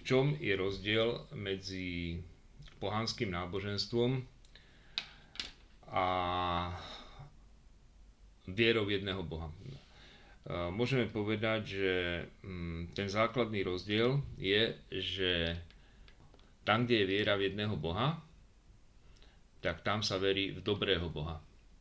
čom je rozdiel medzi pohanským náboženstvom a vierou jedného Boha. Môžeme povedať, že ten základný rozdiel je, že tam, kde je viera v jedného Boha, tak tam sa verí v dobrého Boha.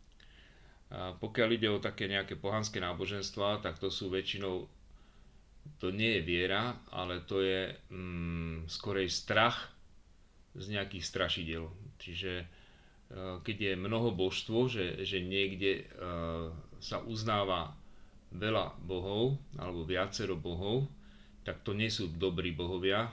A pokiaľ ide o také nejaké pohanské náboženstva, tak to sú väčšinou, to nie je viera, ale to je skorej strach z nejakých strašidiel. Čiže keď je mnohobožstvo, že niekde sa uznáva veľa bohov alebo viacero bohov, tak to nie sú dobrí bohovia,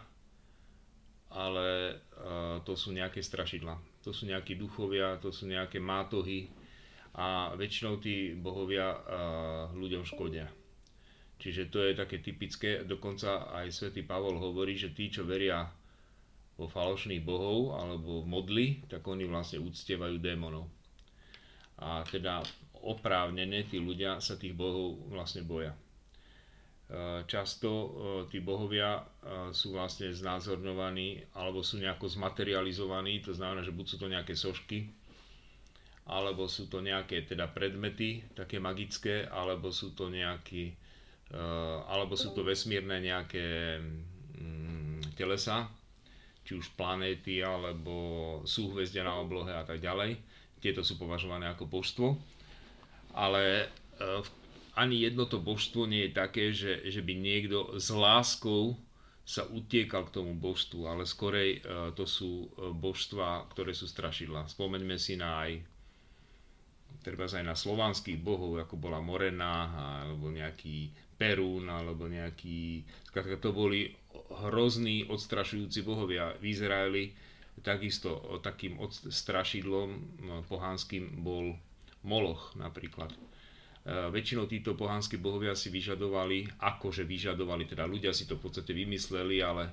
ale to sú nejaké strašidlá. To sú nejakí duchovia, to sú nejaké mátohy a väčšinou tí bohovia ľuďom škodia. Čiže to je také typické, dokonca aj svätý Pavol hovorí, že tí, čo veria vo falošných bohov alebo modly, tak oni vlastne uctievajú démonov. A teda oprávnene tí ľudia sa tých bohov vlastne boja. Často tí bohovia sú vlastne znázorňovaní alebo sú nejako zmaterializovaní, to znamená, že buď sú to nejaké sošky, alebo sú to nejaké teda predmety také magické, alebo sú to nejaké alebo sú to vesmírne nejaké telesa, či už planéty, alebo súhvezdia na oblohe a tak ďalej. Tieto sú považované ako božstvo. Ale ani jedno to božstvo nie je také, že by niekto s láskou sa utiekal k tomu božstvu, ale skorej to sú božstva, ktoré sú strašidlá. Spomeňme si na treba aj na slovanských bohov, ako bola Morena, alebo nejaký Perún, alebo nejaký... To boli hrozní, odstrašujúci bohovia. V Izraeli takisto takým strašidlom pohanským bol Moloch napríklad. Väčšinou títo pohanskí bohovia si vyžadovali, teda ľudia si to v podstate vymysleli, ale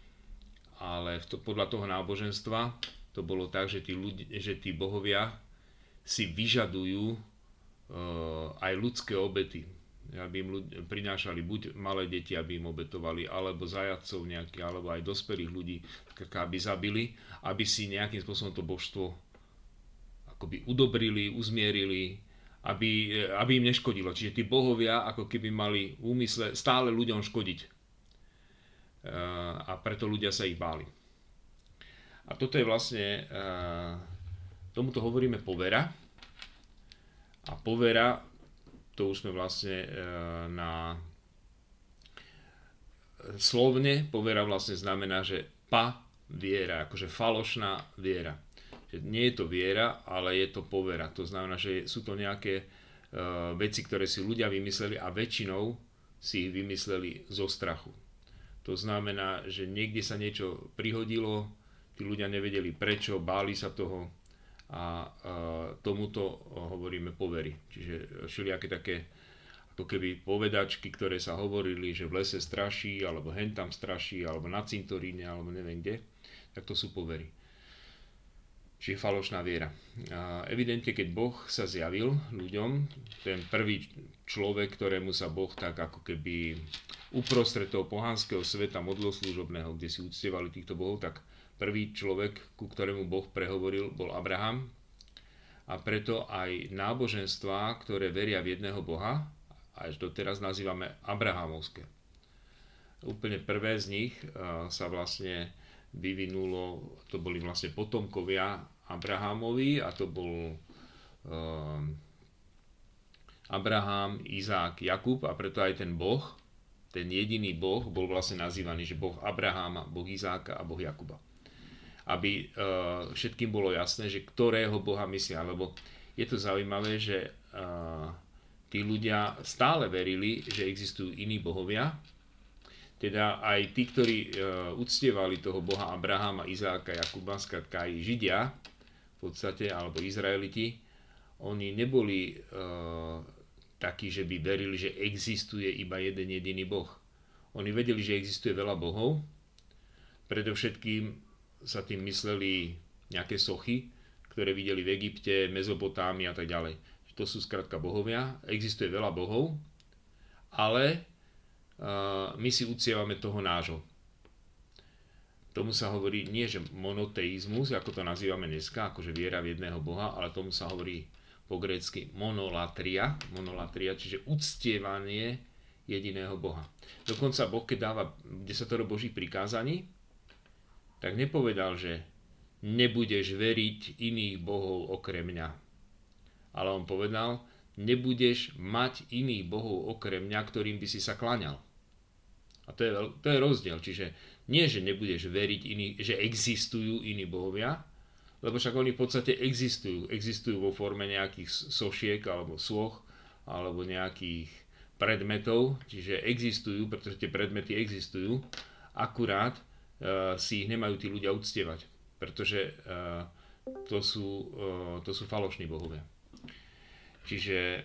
podľa toho náboženstva to bolo tak, že tí bohovia si vyžadujú aj ľudské obety, aby im prinášali buď malé deti, aby im obetovali, alebo zajatcov nejakých, alebo aj dospelých ľudí, aby zabili, aby si nejakým spôsobom to božstvo akoby udobrili, uzmierili, aby im neškodilo. Čiže tí bohovia ako keby mali v úmysle stále ľuďom škodiť. A preto ľudia sa ich báli. A toto je vlastne, tomuto hovoríme povera. A povera, to už sme vlastne slovne povera vlastne znamená, že viera, akože falošná viera. Že nie je to viera, ale je to povera. To znamená, že sú to nejaké veci, ktoré si ľudia vymysleli a väčšinou si ich vymysleli zo strachu. To znamená, že niekde sa niečo prihodilo, tí ľudia nevedeli prečo, báli sa toho a tomuto hovoríme povery. Čiže všelijaké také ako keby povedačky, ktoré sa hovorili, že v lese straší, alebo hen tam straší, alebo na cintoríne, alebo neviem kde, tak to sú povery. Čiže falošná viera. A evidentne, keď Boh sa zjavil ľuďom, ten prvý človek, ktorému sa Boh tak ako keby uprostred toho pohanského sveta modloslúžobného, kde si uctievali týchto bohov, tak prvý človek, ku ktorému Boh prehovoril, bol Abraham. A preto aj náboženstvá, ktoré veria v jedného Boha, až doteraz nazývame abrahamovské. Úplne prvé z nich sa vlastne vyvinulo, to boli vlastne potomkovia Abrahamovi, a to bol Abraham, Izák, Jakub, a preto aj ten Boh, ten jediný Boh, bol vlastne nazývaný, že Boh Abraháma, Boh Izáka a Boh Jakuba. Aby všetkým bolo jasné, že ktorého Boha myslia, lebo je to zaujímavé, že tí ľudia stále verili, že existujú iní bohovia, teda aj tí, ktorí uctievali toho Boha Abraháma, Izáka, Jakuba, skrátka aj Židia v podstate, alebo Izraeliti, oni neboli takí, že by verili, že existuje iba jeden jediný Boh. Oni vedeli, že existuje veľa bohov, predovšetkým sa tým mysleli nejaké sochy, ktoré videli v Egypte, Mezopotámii a tak ďalej. To sú skrátka bohovia, existuje veľa bohov, ale my si uctievame toho nášho. Tomu sa hovorí nie, že monoteizmus, ako to nazývame dneska, akože viera v jedného Boha, ale tomu sa hovorí po grécky monolatria, čiže uctievanie jediného Boha. Dokonca Boh, keď dáva 10 Božích prikázaní, tak nepovedal, že nebudeš veriť iných bohov okrem mňa. Ale on povedal, nebudeš mať iných bohov okrem mňa, ktorým by si sa kláňal. A to je rozdiel. Čiže nie, že nebudeš veriť že existujú iní bohovia, lebo však oni v podstate existujú. Existujú vo forme nejakých sošiek alebo soch, alebo nejakých predmetov, čiže existujú, pretože tie predmety existujú, akurát si ich nemajú tí ľudia uctievať, pretože to sú falošní bohovia. Čiže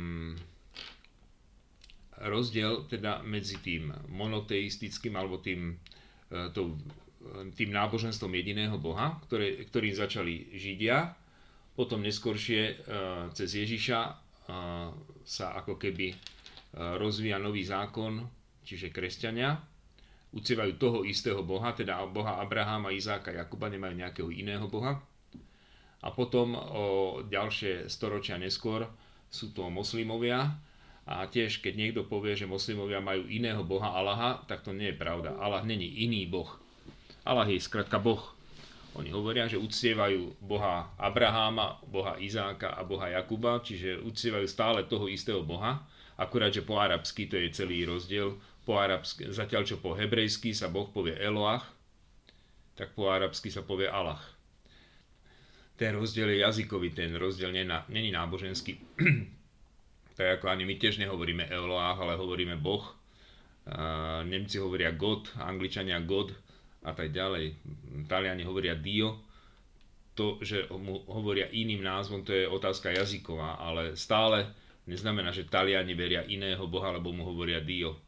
rozdiel teda medzi tým monoteistickým alebo tým náboženstvom jediného Boha, ktorým začali Židia, potom neskôršie cez Ježiša sa ako keby rozvíja nový zákon, čiže kresťania uctievajú toho istého Boha, teda Boha Abraháma, Izáka, Jakuba, nemajú nejakého iného Boha. A potom o ďalšie storočia neskôr sú to moslimovia. A tiež, keď niekto povie, že moslimovia majú iného Boha, Allaha, tak to nie je pravda. Allah není iný Boh. Allah je skrátka Boh. Oni hovoria, že uctievajú Boha Abraháma, Boha Izáka a Boha Jakuba, čiže uctievajú stále toho istého Boha, akurát, že po arabsky to je celý rozdiel. Po arabsky, zatiaľ čo po hebrejsky sa Boh povie Eloach, tak po arabsky sa povie Allah. Ten rozdiel je jazykový, ten rozdiel není náboženský. Tak ako ani my tiež nehovoríme Eloach, ale hovoríme Boh. Nemci hovoria God, Angličania God a tak ďalej. Taliani hovoria Dio. To, že mu hovoria iným názvom, to je otázka jazyková, ale stále neznamená, že Taliani veria iného Boha, lebo mu hovoria Dio.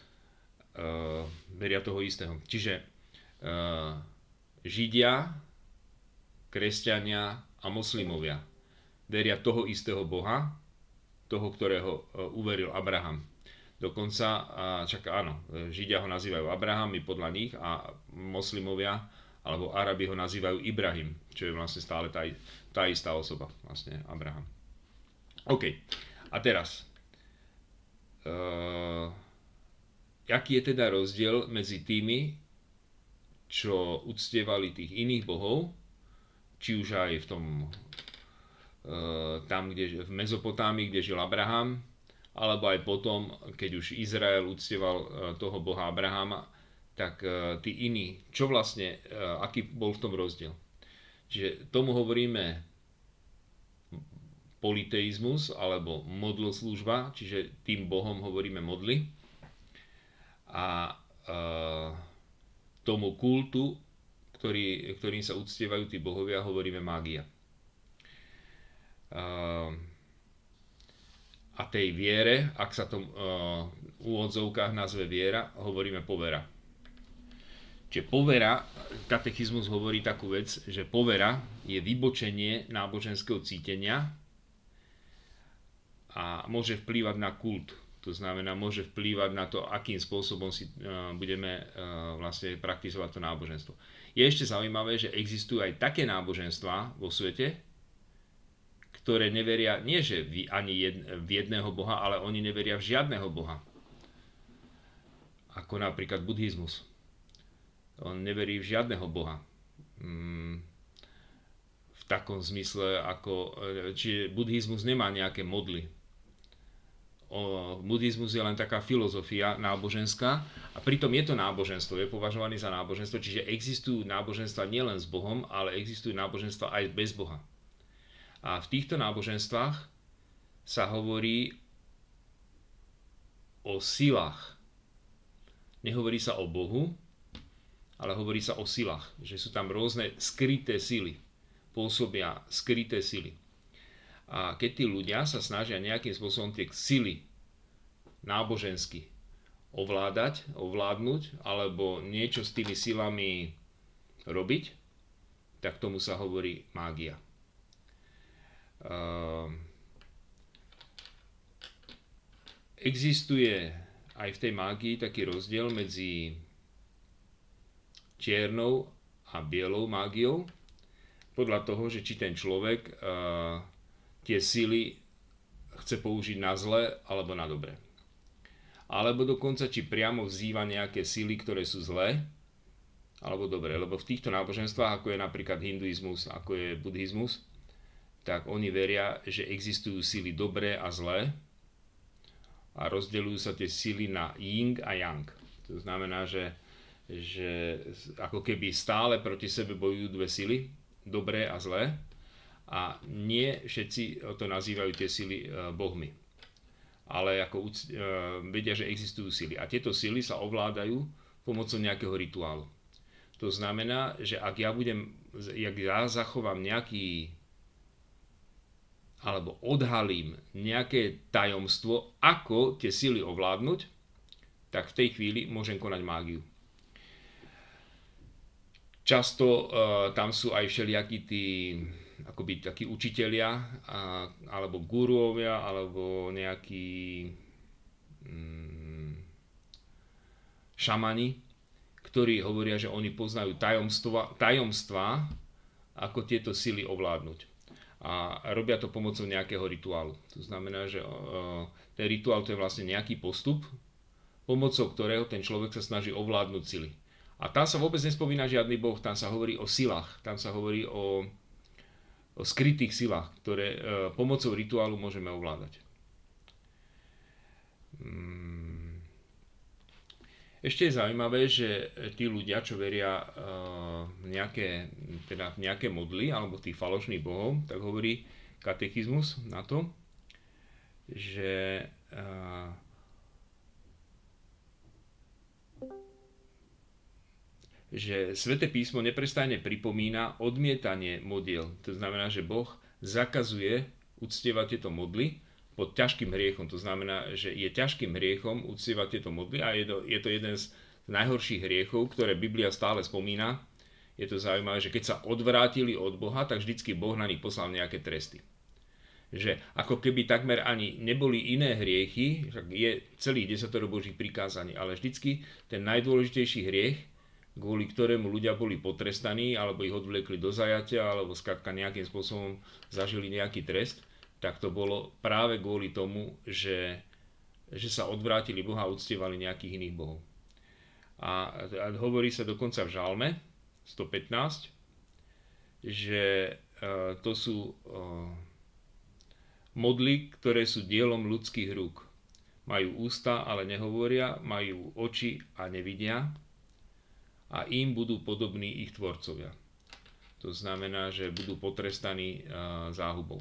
Veria toho istého. Čiže Židia, kresťania a moslimovia veria toho istého Boha, toho, ktorého uveril Abraham. Dokonca, čak áno, Židia ho nazývajú Abraham, my podľa nich, a moslimovia alebo Arabi ho nazývajú Ibrahim, čo je vlastne stále tá istá osoba, vlastne Abraham. OK, a teraz aký je teda rozdiel medzi tými, čo uctievali tých iných bohov, či už aj v tom tam, v Mezopotámii, kde žil Abraham, alebo aj potom, keď už Izrael uctieval toho boha Abrahama, tak tí iní, čo vlastne, aký bol v tom rozdiel. Čiže tomu hovoríme politeizmus alebo modloslúžba, čiže tým bohom hovoríme modly. A tomu kultu, ktorým sa uctievajú tí bohovia, hovoríme mágia. A tej viere, ak sa to v úvodzovkách nazve viera, hovoríme povera. Čiže povera, katechizmus hovorí takú vec, že povera je vybočenie náboženského cítenia a môže vplývať na kult. To znamená, môže vplývať na to, akým spôsobom si budeme vlastne praktizovať to náboženstvo. Je ešte zaujímavé, že existujú aj také náboženstvá vo svete, ktoré neveria nie že ani v jedného boha, ale oni neveria v žiadneho boha. Ako napríklad buddhizmus. On neverí v žiadneho boha. V takom zmysle, čiže buddhizmus nemá nejaké modly. Buddhizmus je len taká filozofia náboženská a pritom je to náboženstvo, je považovaný za náboženstvo, čiže existujú náboženstva nielen s Bohom, ale existujú náboženstva aj bez Boha. A v týchto náboženstvách sa hovorí o silách. Nehovorí sa o Bohu, ale hovorí sa o silách, že sú tam rôzne skryté sily, pôsobia skryté sily. A keď tí ľudia sa snažia nejakým spôsobom tie sily nábožensky ovládnuť, alebo niečo s tými silami robiť, tak tomu sa hovorí mágia. Existuje aj v tej mágii taký rozdiel medzi čiernou a bielou mágiou, podľa toho, že či ten človek tie sily chce použiť na zlé alebo na dobré. Alebo dokonca, či priamo vzýva nejaké sily, ktoré sú zlé alebo dobré. Lebo v týchto náboženstvách, ako je napríklad hinduizmus, ako je buddhizmus, tak oni veria, že existujú sily dobré a zlé a rozdeľujú sa tie sily na yin a yang. To znamená, že ako keby stále proti sebe bojujú dve sily, dobré a zlé, a nie všetci to nazývajú tie sily bohmi. Ale ako vedia, že existujú sily. A tieto sily sa ovládajú pomocou nejakého rituálu. To znamená, že ak ja zachovám nejaký alebo odhalím nejaké tajomstvo, ako tie sily ovládnuť, tak v tej chvíli môžem konať mágiu. Často tam sú aj všelijakí akoby takí učitelia, alebo guruovia, alebo nejakí šamani, ktorí hovoria, že oni poznajú tajomstvá, ako tieto sily ovládnuť. A robia to pomocou nejakého rituálu. To znamená, že ten rituál to je vlastne nejaký postup, pomocou ktorého ten človek sa snaží ovládnuť sily. A tam sa vôbec nespomína žiadny boh, tam sa hovorí o silách, tam sa hovorí o skrytých silách, ktoré pomocou rituálu môžeme ovládať. Ešte je zaujímavé, že tí ľudia, čo veria v nejaké modly alebo tých falošných bohov, tak hovorí katechizmus na to, že Sväté písmo neprestajne pripomína odmietanie modiel. To znamená, že Boh zakazuje uctievať tieto modly pod ťažkým hriechom. To znamená, že je ťažkým hriechom uctievať tieto modly a je to jeden z najhorších hriechov, ktoré Biblia stále spomína. Je to zaujímavé, že keď sa odvrátili od Boha, tak vždycky Boh na nich poslal nejaké tresty. Že ako keby takmer ani neboli iné hriechy, však je celých 10 Božích prikázaní, ale vždycky ten najdôležitejší hriech, kvôli ktorému ľudia boli potrestaní, alebo ich odvlekli do zajatia, alebo skrátka nejakým spôsobom zažili nejaký trest, tak to bolo práve kvôli tomu, že sa odvrátili Boha a uctievali nejakých iných bohov. A hovorí sa dokonca v Žalme 115, že to sú modly, ktoré sú dielom ľudských rúk. Majú ústa, ale nehovoria, majú oči a nevidia, a im budú podobní ich tvorcovia. To znamená, že budú potrestaní záhubou.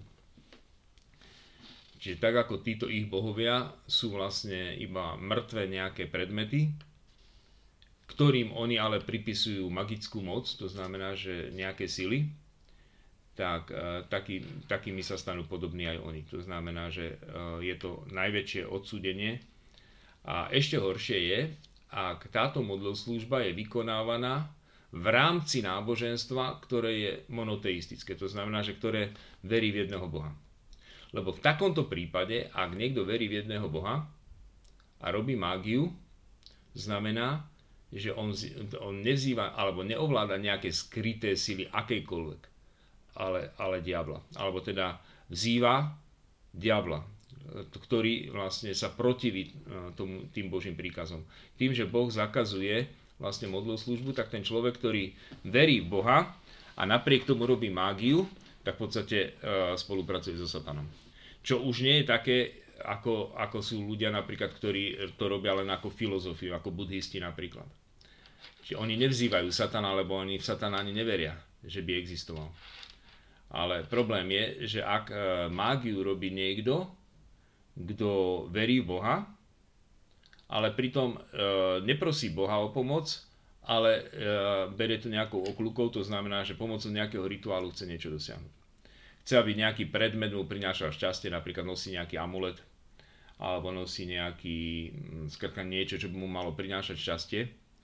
Čiže tak ako títo ich bohovia sú vlastne iba mŕtve nejaké predmety, ktorým oni ale pripisujú magickú moc, to znamená, že nejaké sily, tak takými sa stanú podobní aj oni. To znamená, že je to najväčšie odsúdenie. A ešte horšie je, ak táto modloslužba je vykonávaná v rámci náboženstva, ktoré je monoteistické, to znamená, že ktoré verí v jedného Boha. Lebo v takomto prípade, ak niekto verí v jedného Boha a robí mágiu, znamená, že on nevzýva alebo neovláda nejaké skryté sily akejkoľvek, ale diabla. Alebo teda vzýva diabla, ktorý vlastne sa protiví tým Božím príkazom. Tým, že Boh zakazuje vlastne modloslužbu, tak ten človek, ktorý verí v Boha a napriek tomu robí mágiu, tak v podstate spolupracuje so satanom. Čo už nie je také, ako sú ľudia napríklad, ktorí to robia len ako filozofiu, ako budhisti napríklad. Čiže oni nevzývajú satana, lebo oni v satana ani neveria, že by existoval. Ale problém je, že ak mágiu robí niekto, kto verí v Boha, ale pritom neprosí Boha o pomoc, ale berie to nejakou okľukou, to znamená, že pomocou nejakého rituálu chce niečo dosiahnuť. Chce, aby nejaký predmet mu prinášal šťastie, napríklad nosí nejaký amulet, alebo nosí niečo, čo by mu malo prinášať šťastie.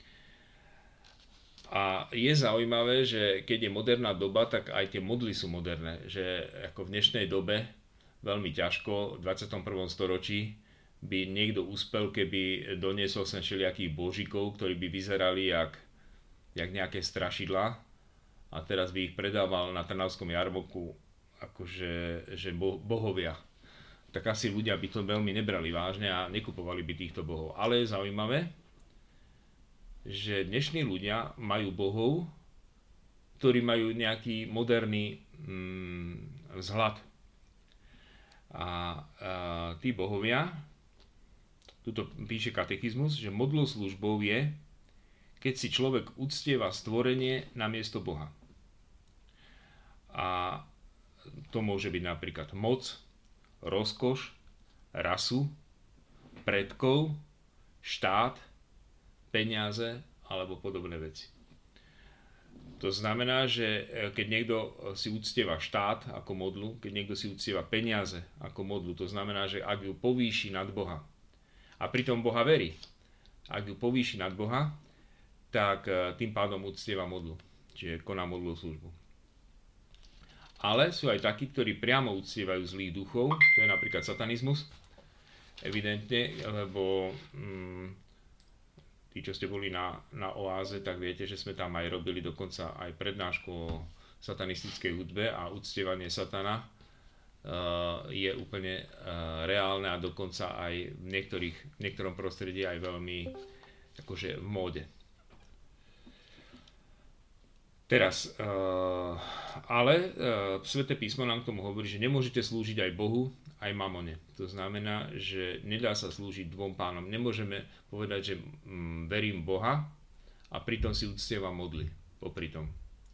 A je zaujímavé, že keď je moderná doba, tak aj tie modly sú moderné, že ako v dnešnej dobe veľmi ťažko v 21. storočí by niekto uspel, keby doniesol sem všelijakých božikov, ktorí by vyzerali jak nejaké strašidlá a teraz by ich predával na Trnavskom jarmoku akože že bohovia. Tak asi ľudia by to veľmi nebrali vážne a nekupovali by týchto bohov. Ale je zaujímavé, že dnešní ľudia majú bohov, ktorí majú nejaký moderný vzhľad. A tí bohovia, tuto píše katechizmus, že modloslužbou je, keď si človek uctieva stvorenie namiesto Boha. A to môže byť napríklad moc, rozkoš, rasu, predkov, štát, peniaze alebo podobné veci. To znamená, že keď niekto si uctieva štát ako modlu, keď niekto si uctieva peniaze ako modlu, to znamená, že ak ju povýši nad Boha a pritom Boha verí, ak ju povýši nad Boha, tak tým pádom uctieva modlu, čiže koná modlu službu. Ale sú aj takí, ktorí priamo uctievajú zlých duchov, to je napríklad satanizmus, evidentne, lebo tí, čo ste boli na oáze, tak viete, že sme tam aj robili dokonca aj prednášku o satanistickej hudbe a uctievanie satana je úplne reálne a dokonca aj v niektorom prostredí aj veľmi akože v móde. Teraz, ale Sväté písmo nám k tomu hovorí, že nemôžete slúžiť aj Bohu, aj mamone. To znamená, že nedá sa slúžiť dvom pánom. Nemôžeme povedať, že verím Boha a pritom si uctievam modly popri tom.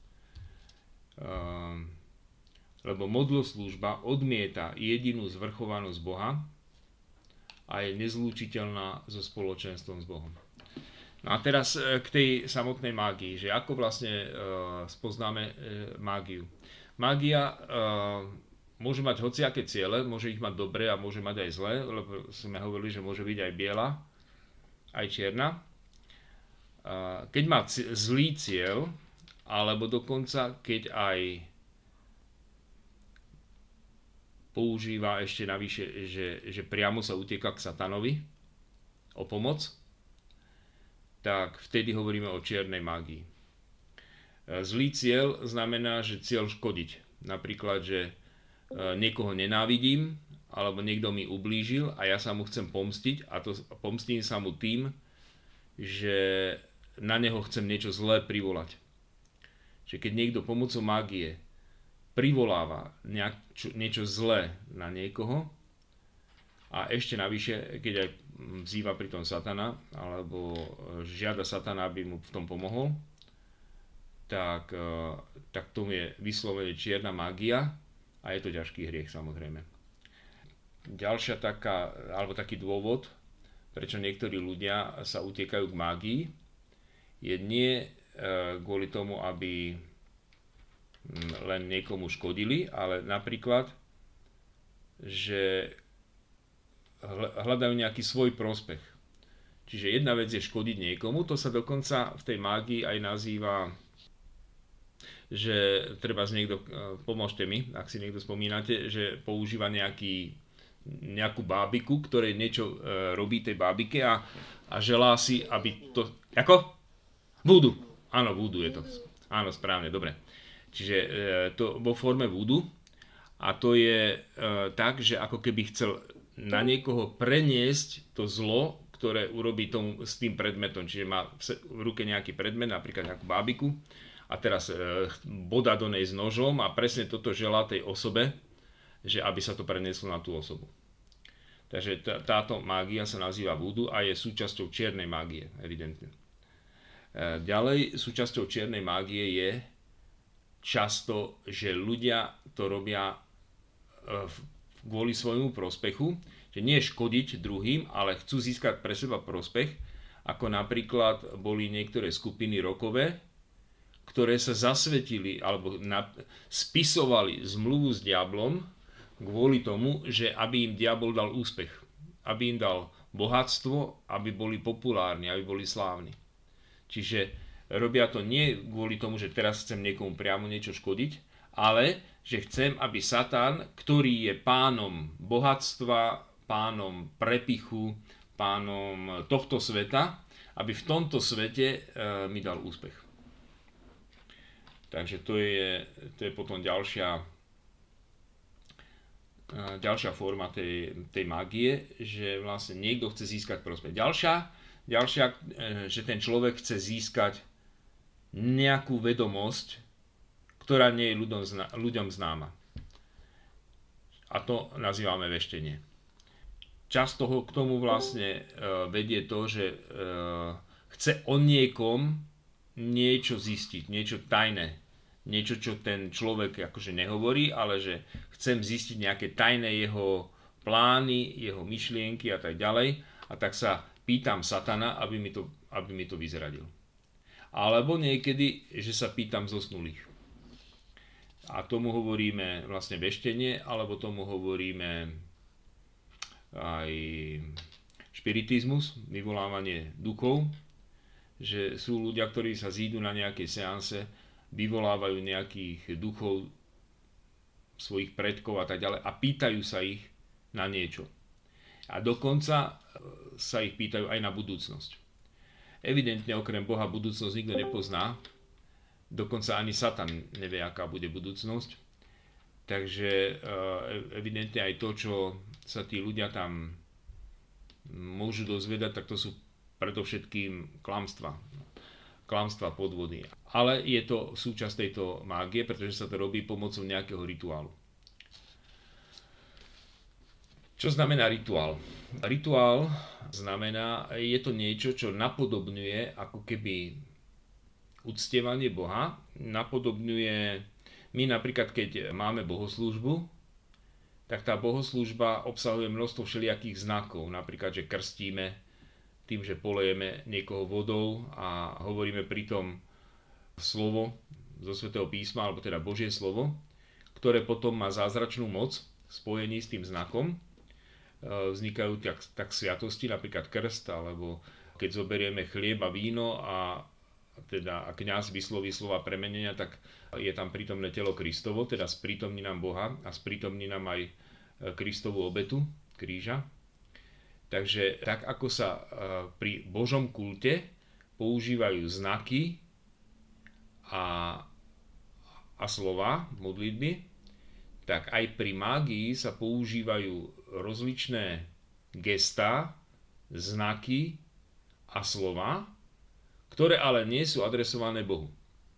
Lebo modloslúžba odmieta jedinú zvrchovanosť Boha a je nezlúčiteľná so spoločenstvom s Bohom. No a teraz k tej samotnej mágii, že ako vlastne spoznáme mágiu. Mágia môže mať hociaké ciele, môže ich mať dobré a môže mať aj zlé, lebo sme hovorili, že môže byť aj biela, aj čierna. Keď má zlý cieľ, alebo dokonca keď aj používa ešte navyše, že priamo sa utieka k satanovi o pomoc, tak vtedy hovoríme o čiernej mágii. Zlý cieľ znamená, že cieľ škodiť. Napríklad, že niekoho nenávidím, alebo niekto mi ublížil a ja sa mu chcem pomstiť a to pomstím sa mu tým, že na neho chcem niečo zlé privolať. Čiže keď niekto pomocou mágie privoláva niečo zlé na niekoho a ešte navyše, keď aj vzýva pritom satana, alebo žiada satana, aby mu v tom pomohol, tak tomu je vyslovene čierna mágia a je to ťažký hriech samozrejme. Ďalšia taký dôvod, prečo niektorí ľudia sa utiekajú k mágii, je nie kvôli tomu, aby len niekomu škodili, ale napríklad, že hľadajú nejaký svoj prospech. Čiže jedna vec je škodiť niekomu, to sa dokonca v tej mágii aj nazýva, že treba niekto, pomôžte mi, ak si niekto spomínate, že používa nejakú bábiku, ktorej niečo robí tej bábike a želá si, aby to... Ako? Vúdu. Áno, vúdu je to. Áno, správne, dobre. Čiže to vo forme vúdu a to je tak, že ako keby chcel na niekoho preniesť to zlo, ktoré urobí s tým predmetom. Čiže má v ruke nejaký predmet, napríklad nejakú bábiku a teraz bodá do nej s nožom a presne toto želá tej osobe, že aby sa to prenieslo na tú osobu. Takže táto mágia sa nazýva vúdu a je súčasťou čiernej mágie, evidentne. Ďalej súčasťou čiernej mágie je často, že ľudia to robia kvôli svojmu prospechu, že nie škodiť druhým, ale chcú získať pre seba prospech, ako napríklad boli niektoré skupiny rockové, ktoré sa zasvetili alebo spisovali zmluvu s diablom kvôli tomu, že aby im diabol dal úspech, aby im dal bohatstvo, aby boli populárni, aby boli slávni. Čiže robia to nie kvôli tomu, že teraz chcem niekomu priamo niečo škodiť, ale že chcem, aby Satan, ktorý je pánom bohatstva, pánom prepichu, pánom tohto sveta, aby v tomto svete mi dal úspech. Takže to je potom ďalšia forma tej mágie, že vlastne niekto chce získať prospech. Ďalšia, že ten človek chce získať nejakú vedomosť, ktorá nie je ľuďom známa. A to nazývame veštenie. Často ho k tomu vlastne vedie to, že chce o niekom niečo zistiť, niečo tajné. Niečo, čo ten človek akože nehovorí, ale že chcem zistiť nejaké tajné jeho plány, jeho myšlienky a tak ďalej. A tak sa pýtam satana, aby mi to vyzradil. Alebo niekedy, že sa pýtam zosnulých. A tomu hovoríme vlastne veštenie, alebo tomu hovoríme aj špiritizmus, vyvolávanie duchov, že sú ľudia, ktorí sa zídu na nejakej seanse, vyvolávajú nejakých duchov svojich predkov a tak ďalej a pýtajú sa ich na niečo. A dokonca sa ich pýtajú aj na budúcnosť. Evidentne okrem Boha budúcnosť nikto nepozná, dokonca ani Satan nevie, aká bude budúcnosť. Takže evidentne aj to, čo sa tí ľudia tam môžu dozvedať, tak to sú predovšetkým klamstva, podvody. Ale je to súčasť tejto mágie, pretože sa to robí pomocou nejakého rituálu. Čo znamená rituál? Rituál znamená, je to niečo, čo napodobňuje ako keby uctievanie Boha, napodobňuje, my napríklad keď máme bohoslúžbu, tak tá bohoslúžba obsahuje množstvo všelijakých znakov, napríklad, že krstíme tým, že polejeme niekoho vodou a hovoríme pritom slovo zo Svätého písma, alebo teda Božie slovo, ktoré potom má zázračnú moc v spojení s tým znakom. Vznikajú tak sviatosti, napríklad krst, alebo keď zoberieme chlieb a víno a kňaz vysloví slova premenenia, tak je tam prítomné telo Kristovo, teda sprítomní nám Boha a sprítomní nám aj Kristovú obetu kríža. Takže tak ako sa pri Božom kulte používajú znaky a slova modlitby, tak aj pri mágii sa používajú rozličné gestá, znaky a slova, ktoré ale nie sú adresované Bohu,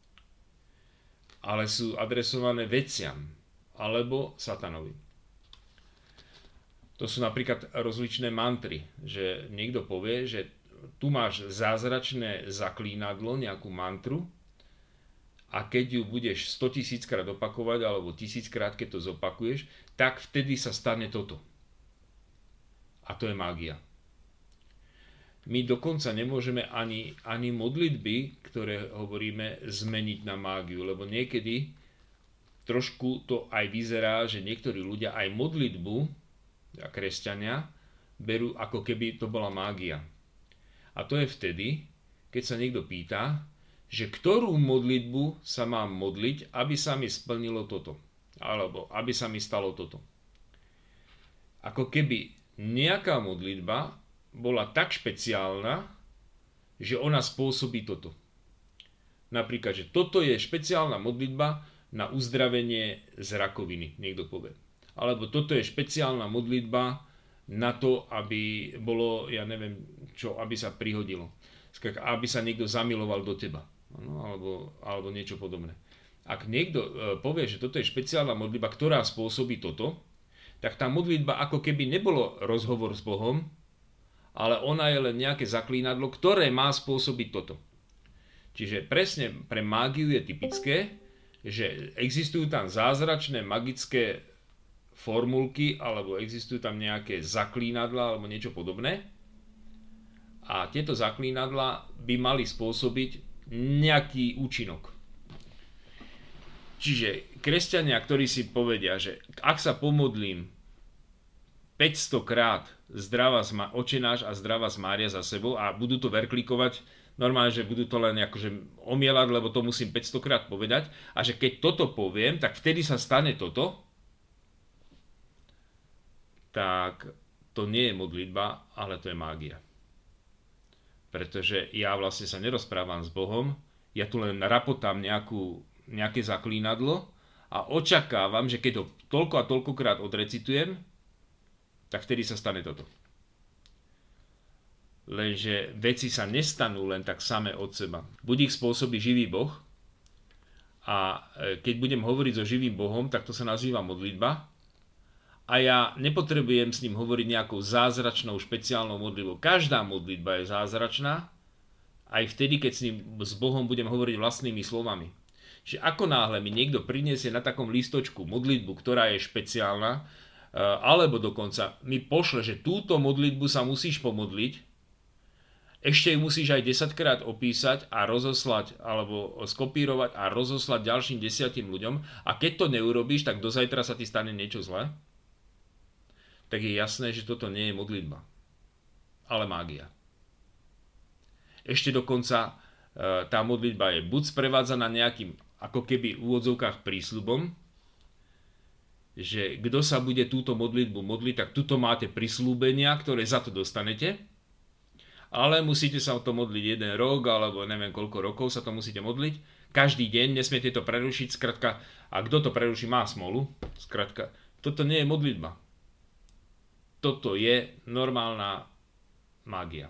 ale sú adresované veciam alebo satanovi. To sú napríklad rozličné mantry, že niekto povie, že tu máš zázračné zaklínadlo, nejakú mantru a keď ju budeš 100 000 krát opakovať alebo 1000 krát, keď to zopakuješ, tak vtedy sa stane toto. A to je mágia. My dokonca nemôžeme ani modlitby, ktoré hovoríme, zmeniť na mágiu, lebo niekedy trošku to aj vyzerá, že niektorí ľudia aj modlitbu a kresťania berú ako keby to bola mágia. A to je vtedy, keď sa niekto pýta, že ktorú modlitbu sa mám modliť, aby sa mi splnilo toto, alebo aby sa mi stalo toto. Ako keby nejaká modlitba bola tak špeciálna, že ona spôsobí toto. Napríklad, že toto je špeciálna modlitba na uzdravenie z rakoviny, niekto povie. Alebo toto je špeciálna modlitba na to, aby bolo, ja neviem čo, aby sa prihodilo. Aby sa niekto zamiloval do teba. Alebo niečo podobné. Ak niekto povie, že toto je špeciálna modlitba, ktorá spôsobí toto, tak tá modlitba ako keby nebolo rozhovor s Bohom, ale ona je len nejaké zaklínadlo, ktoré má spôsobiť toto. Čiže presne pre mágiu je typické, že existujú tam zázračné magické formulky, alebo existujú tam nejaké zaklínadlá, alebo niečo podobné. A tieto zaklínadlá by mali spôsobiť nejaký účinok. Čiže kresťania, ktorí si povedia, že ak sa pomodlím 500 krát Očenáš a Zdravás Mária za sebou a budú to verklikovať, normálne, že budú to len akože omielať, lebo to musím 500 krát povedať, a že keď toto poviem, tak vtedy sa stane toto, tak to nie je modlitba, ale to je mágia. Pretože ja vlastne sa nerozprávam s Bohom, ja tu len rapotám nejakú nejaké zaklínadlo a očakávam, že keď to toľko a toľkokrát odrecitujem, tak vtedy sa stane toto. Lenže veci sa nestanú len tak samé od seba. Buď ich spôsobí živý Boh, a keď budem hovoriť so živým Bohom, tak to sa nazýva modlitba. A ja nepotrebujem s ním hovoriť nejakou zázračnou, špeciálnou modlitbou. Každá modlitba je zázračná, aj vtedy, keď s Bohom budem hovoriť vlastnými slovami. Že ako náhle mi niekto priniesie na takom lístočku modlitbu, ktorá je špeciálna, alebo dokonca mi pošle, že túto modlitbu sa musíš pomodliť, ešte ju musíš aj 10-krát opísať a rozoslať, alebo skopírovať a rozoslať ďalším 10 ľuďom, a keď to neurobíš, tak do zajtra sa ti stane niečo zlé, tak je jasné, že toto nie je modlitba, ale mágia. Ešte dokonca tá modlitba je buď sprevádzaná nejakým, ako keby v úvodzovkách prísľubom, že kto sa bude túto modlitbu modliť, tak tuto máte prisľúbenia, ktoré za to dostanete, ale musíte sa o to modliť 1 rok, alebo neviem koľko rokov sa to musíte modliť. Každý deň nesmiete to prerušiť, skratka, a kto to preruší, má smolu. Skratka, toto nie je modlitba. Toto je normálna mágia.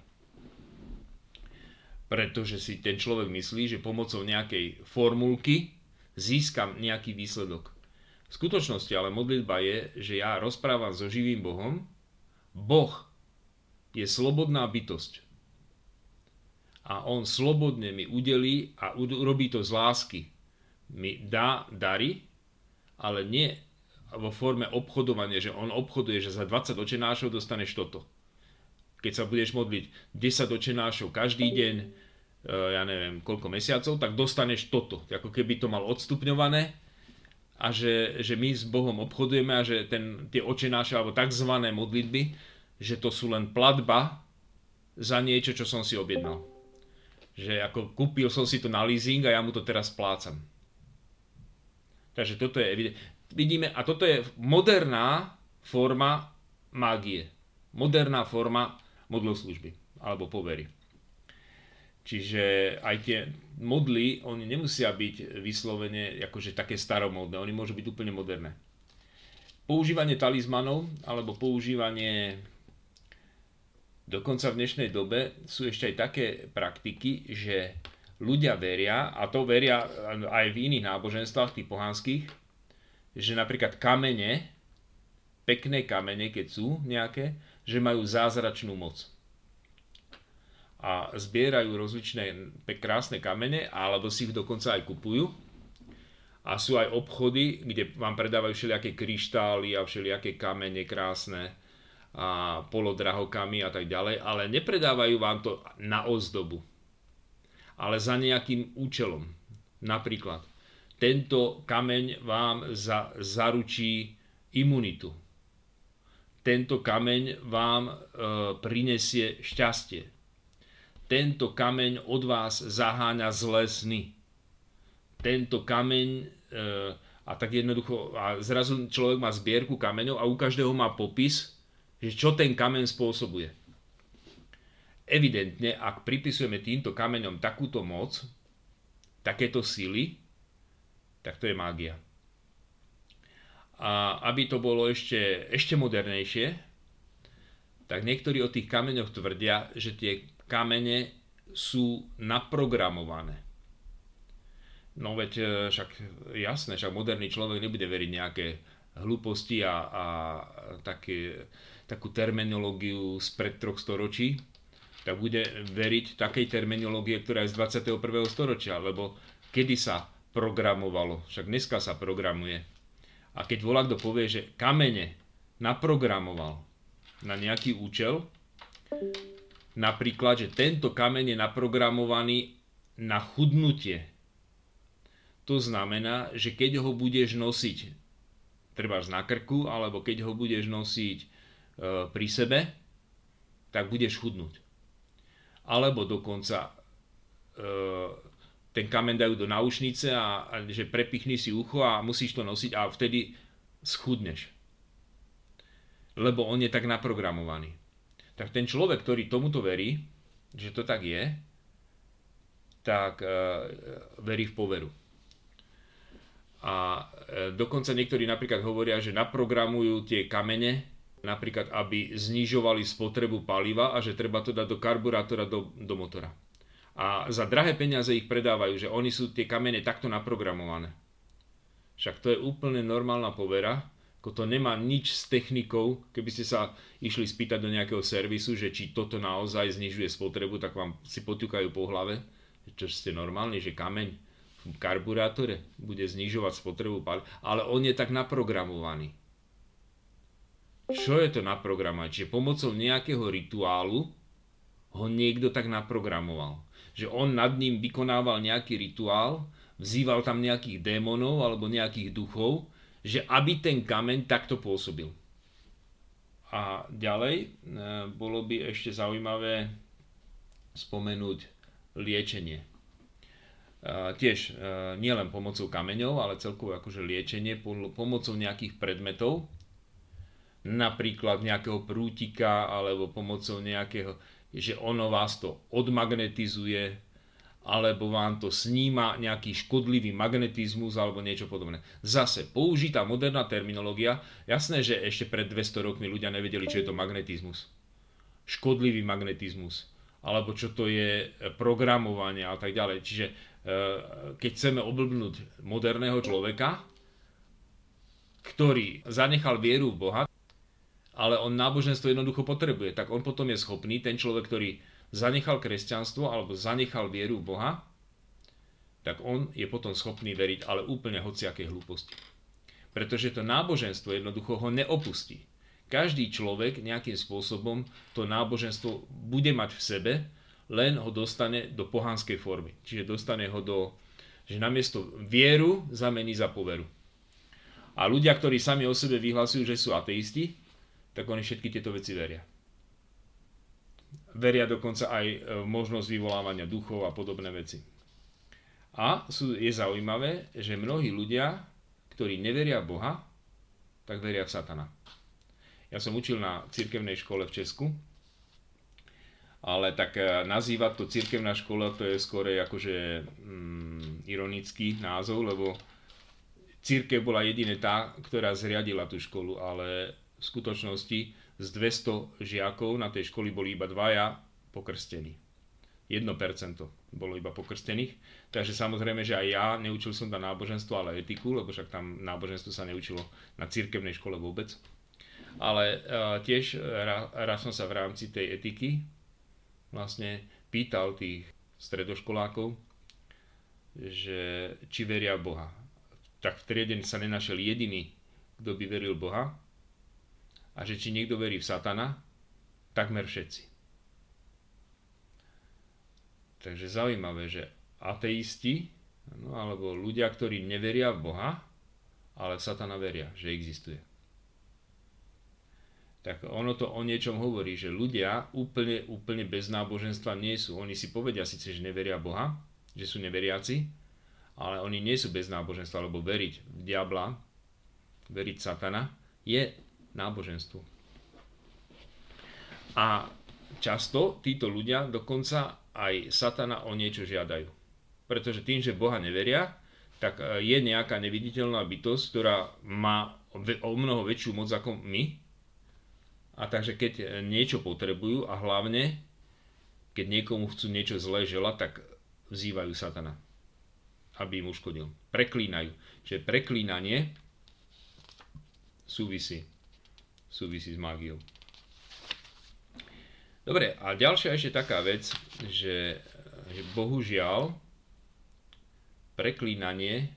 Pretože si ten človek myslí, že pomocou nejakej formulky získam nejaký výsledok. V skutočnosti ale modlitba je, že ja rozprávam so živým Bohom. Boh je slobodná bytosť. A on slobodne mi udelí a urobí to z lásky. Mi dá dary, ale nie vo forme obchodovania, že on obchoduje, že za 20 očenášov dostaneš toto. Keď sa budeš modliť 10 očenášov každý deň, ja neviem koľko mesiacov, tak dostaneš toto. Ako keby to mal odstupňované a že my s Bohom obchodujeme a že tie očenáše alebo takzvané modlitby, že to sú len platba za niečo, čo som si objednal. Že ako kúpil som si to na leasing a ja mu to teraz splácam. Takže toto je evidentné. Vidíme, a toto je moderná forma mágie. Moderná forma modloslužby alebo povery. Čiže aj tie modly, oni nemusia byť vyslovene akože také staromódne, oni môžu byť úplne moderné. Používanie talizmanov alebo používanie dokonca v dnešnej dobe sú ešte aj také praktiky, že ľudia veria, a to veria aj v iných náboženstvách, tých pohanských, že napríklad kamene, pekné kamene, keď sú nejaké, že majú zázračnú moc. A zbierajú rozličné krásne kamene, alebo si ich dokonca aj kupujú. A sú aj obchody, kde vám predávajú všelijaké kryštály a všelijaké kamene krásne, a polodrahokami a tak ďalej, ale nepredávajú vám to na ozdobu, ale za nejakým účelom. Napríklad, tento kameň vám zaručí imunitu. Tento kameň vám prinesie šťastie. Tento kameň od vás zaháňa zlé sny. Tento kameň a tak jednoducho, a zrazu človek má zbierku kameňov a u každého má popis, že čo ten kameň spôsobuje. Evidentne, ak pripisujeme týmto kameňom takúto moc, takéto sily, tak to je mágia. A aby to bolo ešte modernejšie, tak niektorí o tých kameňoch tvrdia, že tie kamene sú naprogramované. No veď však jasné, však moderný človek nebude veriť nejaké hlúposti a takú terminológiu spred 3 storočí, tak bude veriť takej terminológie, ktorá je z 21. storočia, lebo kedy sa programovalo, však dneska sa programuje. A keď volakto povie, že kamene naprogramoval na nejaký účel, napríklad, že tento kameň je naprogramovaný na chudnutie, to znamená, že keď ho budeš nosiť trebárs na krku, alebo keď ho budeš nosiť pri sebe, tak budeš chudnúť. Alebo dokonca ten kameň dajú do náušnice a že prepichni si ucho a musíš to nosiť a vtedy schudneš. Lebo on je tak naprogramovaný. Tak ten človek, ktorý tomuto verí, že to tak je, tak verí v poveru. A dokonca niektorí napríklad hovoria, že naprogramujú tie kamene, napríklad aby znižovali spotrebu paliva a že treba to dať do karburátora, do motora. A za drahé peniaze ich predávajú, že oni sú tie kamene takto naprogramované. Však to je úplne normálna povera, ako to nemá nič s technikou. Keby ste sa išli spýtať do nejakého servisu, že či toto naozaj znižuje spotrebu, tak vám si poťukajú po hlave, čo ste normálni, že kameň v karburátore bude znižovať spotrebu paliva, ale on je tak naprogramovaný. Čo je to naprogramovať? Čiže pomocou nejakého rituálu ho niekto tak naprogramoval. Že on nad ním vykonával nejaký rituál, vzýval tam nejakých démonov alebo nejakých duchov, že aby ten kameň takto pôsobil. A ďalej bolo by ešte zaujímavé spomenúť liečenie. Tiež nielen pomocou kameňov, ale celkovo akože liečenie pomocou nejakých predmetov, napríklad nejakého prútika alebo pomocou nejakého, že ono vás to odmagnetizuje alebo vám to sníma nejaký škodlivý magnetizmus alebo niečo podobné. Zase použitá moderná terminológia, jasné, že ešte pred 200 rokmi ľudia nevedeli, čo je to magnetizmus. Škodlivý magnetizmus, alebo čo to je programovanie a tak ďalej. Čiže keď chceme oblbnúť moderného človeka, ktorý zanechal vieru v Boha, ale on náboženstvo jednoducho potrebuje, tak on potom je schopný, ten človek, ktorý zanechal kresťanstvo alebo zanechal vieru v Boha, tak on je potom schopný veriť, ale úplne hociakej hlúposti. Pretože to náboženstvo jednoducho ho neopustí. Každý človek nejakým spôsobom to náboženstvo bude mať v sebe, len ho dostane do pohanskej formy. Čiže dostane ho že namiesto vieru zamení za poveru. A ľudia, ktorí sami o sebe vyhlasujú, že sú ateisti, tak oni všetky tieto veci veria. Veria dokonca aj v možnosť vyvolávania duchov a podobné veci. A je zaujímavé, že mnohí ľudia, ktorí neveria v Boha, tak veria v Satana. Ja som učil na cirkevnej škole v Česku, ale tak nazývať to cirkevná škola, to je skôr akože ironický názov, lebo cirkev bola jediná tá, ktorá zriadila tú školu, ale v skutočnosti z 200 žiakov na tej škole boli iba 2 pokrstení. 1% bolo iba pokrstených. Takže samozrejme, že aj ja neučil som tam náboženstvo, ale etiku, lebo však tam náboženstvo sa neučilo na cirkevnej škole vôbec. Ale tiež raz som sa v rámci tej etiky vlastne pýtal tých stredoškolákov, že či veria v Boha. Tak v triede sa nenašiel jediný, kto by veril v Boha, a že či niekto verí v Satana, takmer všetci. Takže zaujímavé, že ateisti, alebo ľudia, ktorí neveria v Boha, ale v Satana veria, že existuje. Tak ono to o niečom hovorí, že ľudia úplne bez náboženstva nie sú. Oni si povedia síce, že neveria v Boha, že sú neveriaci, ale oni nie sú bez náboženstva, lebo veriť v diabla, veriť v Satana, je náboženstvo. A často títo ľudia dokonca aj Satana o niečo žiadajú. Pretože tým, že Boha neveria, tak je nejaká neviditeľná bytosť, ktorá má o mnoho väčšiu moc ako my. A takže keď niečo potrebujú a hlavne, keď niekomu chcú niečo zlé želať, tak vzývajú Satana, aby im uškodil. Preklínajú. Čiže preklínanie súvisí s mágiou. Dobre, a ďalšia ešte taká vec, že bohužiaľ preklínanie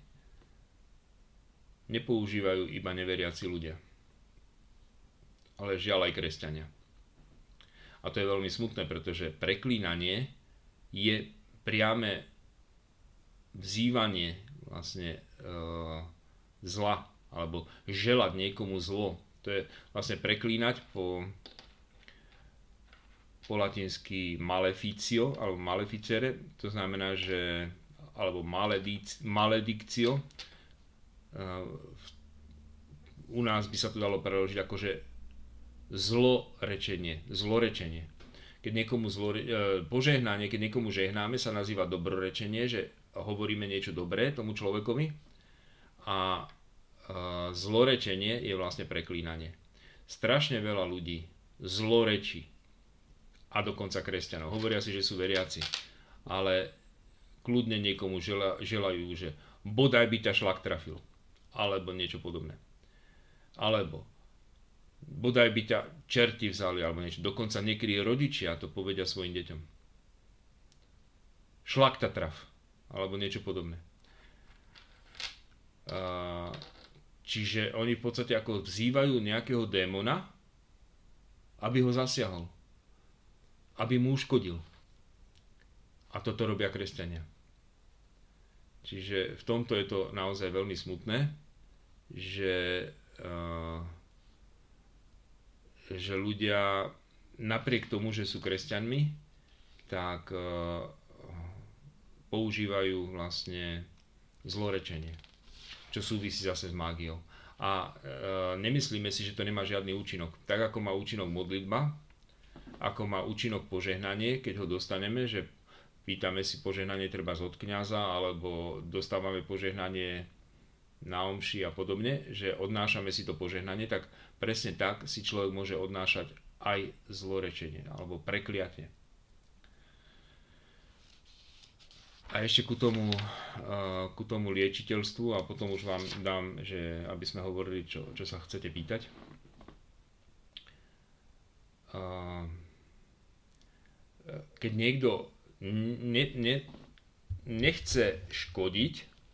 nepoužívajú iba neveriaci ľudia, ale žiaľ aj kresťania. A to je veľmi smutné, pretože preklínanie je priame vzývanie vlastne zla, alebo želať niekomu zlo. To je vlastne preklínať po latinsky maleficio alebo maleficere, to znamená, že alebo maledictio. U nás by sa to dalo preložiť ako že zlorečenie. Keď niekomu požehnanie, keď niekomu žehnáme, sa nazýva dobrorečenie, že hovoríme niečo dobré tomu človekovi. a zlorečenie je vlastne preklínanie. Strašne veľa ľudí zlorečí, a dokonca kresťanov. Hovoria si, že sú veriaci, ale kľudne niekomu želajú, že bodaj by ťa šlak trafil, alebo niečo podobné. Alebo bodaj by ťa čerti vzali, alebo niečo. Dokonca niekedy rodičia to povedia svojim deťom. Šlak ťa traf, alebo niečo podobné. Čiže oni v podstate ako vzývajú nejakého démona, aby ho zasiahol, aby mu uškodil. A toto robia kresťania. Čiže v tomto je to naozaj veľmi smutné, že ľudia napriek tomu, že sú kresťanmi, tak používajú vlastne zlorečenie, čo súvisí zase s mágiou. A nemyslíme si, že to nemá žiadny účinok. Tak ako má účinok modlitba, ako má účinok požehnanie, keď ho dostaneme, že pýtame si požehnanie treba od kňaza, alebo dostávame požehnanie na omši a podobne, že odnášame si to požehnanie, tak presne tak si človek môže odnášať aj zlorečenie alebo prekliatie. A ešte ku tomu liečiteľstvu a potom už vám dám, že aby sme hovorili, čo sa chcete pýtať. Keď niekto nechce škodiť,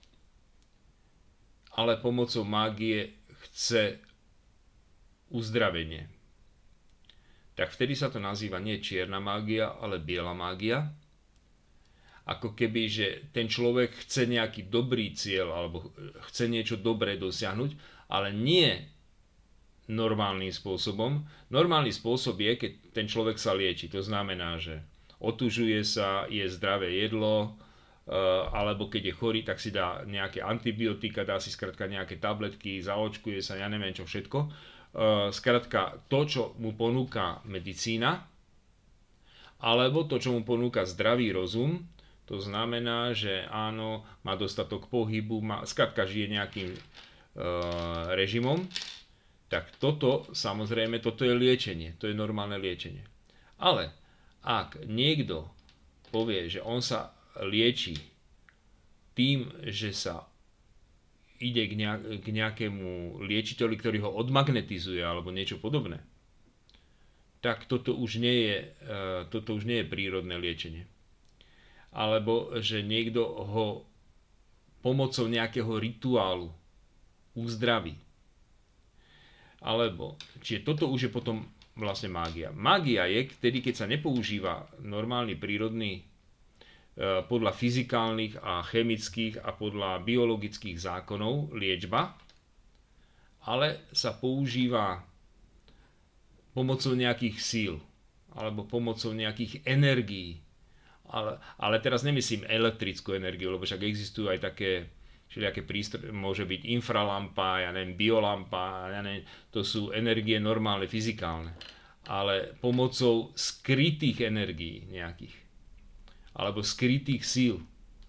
ale pomocou mágie chce uzdravenie, tak vtedy sa to nazýva nie čierna mágia, ale biela mágia. Ako keby, že ten človek chce nejaký dobrý cieľ alebo chce niečo dobré dosiahnuť, ale nie normálnym spôsobom. Normálny spôsob je, keď ten človek sa lieči. To znamená, že otužuje sa, je zdravé jedlo, alebo keď je chorý, tak si dá nejaké antibiotika, dá si skrátka nejaké tabletky, zaočkuje sa, ja neviem čo všetko. Skrátka to, čo mu ponúka medicína, alebo to, čo mu ponúka zdravý rozum. To znamená, že áno, má dostatok pohybu, skrátka žije nejakým režimom. Tak toto, samozrejme, toto je liečenie, to je normálne liečenie. Ale ak niekto povie, že on sa lieči tým, že sa ide k nejakému liečiteľi, ktorý ho odmagnetizuje alebo niečo podobné, tak toto už nie je prírodné liečenie. Alebo že niekto ho pomocou nejakého rituálu uzdraví. Alebo, čiže toto už je potom vlastne mágia. Mágia je vtedy, keď sa nepoužíva normálny prírodný podľa fyzikálnych a chemických a podľa biologických zákonov liečba, ale sa používa pomocou nejakých síl alebo pomocou nejakých energií. Ale teraz nemyslím elektrickú energiu, lebo však existujú aj také všelijaké prístroje, môže byť infralampa, ja neviem, biolampa, ja neviem, to sú energie normálne, fyzikálne. Ale pomocou skrytých energií nejakých, alebo skrytých síl,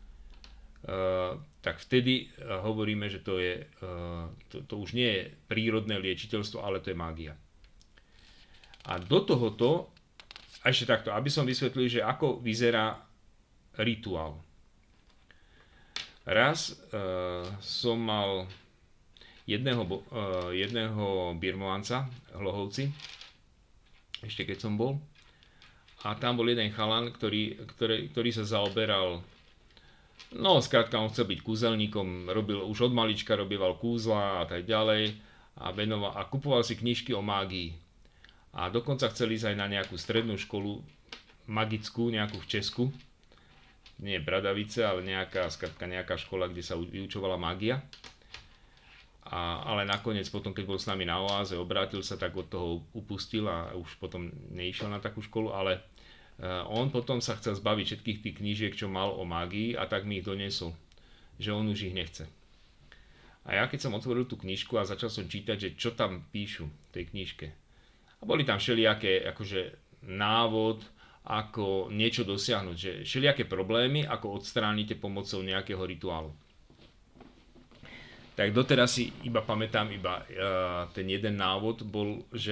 tak vtedy hovoríme, že to už nie je prírodné liečiteľstvo, ale to je mágia. A do tohoto, a ešte takto, aby som vysvetlil, že ako vyzerá rituál. Raz som mal jedného birmovanca, Hlohovci, ešte keď som bol, a tam bol jeden chalan, ktorý sa zaoberal, no skrátka on chcel byť kúzelníkom, už od malička robieval kúzla a tak ďalej a kupoval si knižky o mágii. A dokonca chcel ísť aj na nejakú strednú školu magickú, nejakú v Česku. Nie Bradavice, ale nejaká škola, kde sa vyučovala mágia. Ale nakoniec potom, keď bol s nami na oáze, obrátil sa, tak od toho upustil a už potom neišiel na takú školu, ale on potom sa chcel zbaviť všetkých tých knížiek, čo mal o mágii, a tak mi ich doniesol, že on už ich nechce. A ja keď som otvoril tú knižku a začal som čítať, že čo tam píšu v tej knižke, a boli tam všelijaké akože návod, ako niečo dosiahnuť, že všelijaké problémy, ako odstránite pomocou nejakého rituálu. tak doteraz si iba pamätám ten jeden návod bol, že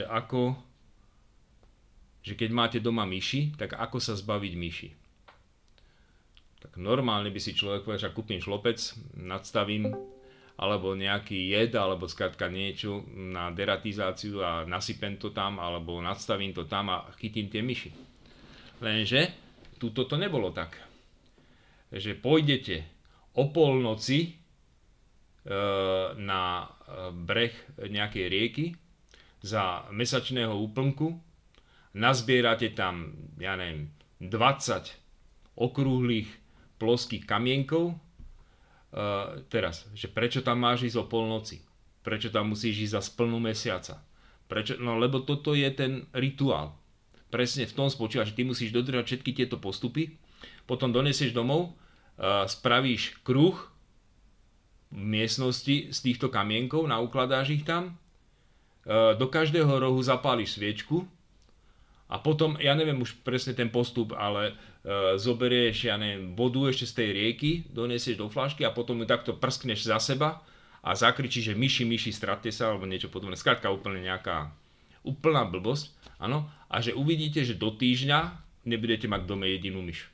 keď máte doma myši, tak ako sa zbaviť myši. Tak normálne by si človek povedal, že kúpim šlopec, nadstavím, alebo nejaký jed, alebo skrátka niečo na deratizáciu a nasypem to tam, alebo nadstavím to tam a chytím tie myši. Lenže tuto to nebolo tak. Že pôjdete o polnoci na breh nejakej rieky za mesačného úplnku, nazbierate tam, 20 okrúhlych ploských kamienkov. Teraz, že prečo tam máš ísť o polnoci? Prečo tam musíš ísť za splnú mesiaca? Prečo? No lebo toto je ten rituál. Presne v tom spočíva, že ty musíš dodržať všetky tieto postupy, potom donesieš domov, spravíš kruh v miestnosti z týchto kamienkov, naukladáš ich tam, do každého rohu zapáliš sviečku a potom, ja neviem už presne ten postup, ale zoberieš, vodu ešte z tej rieky, donesieš do fľašky a potom ju takto prskneš za seba a zakričíš, že myši, stratte sa, alebo niečo podobné. Skrátka úplne nejaká úplná blbosť, áno, a že uvidíte, že do týždňa nebudete mať v dome jedinú myš.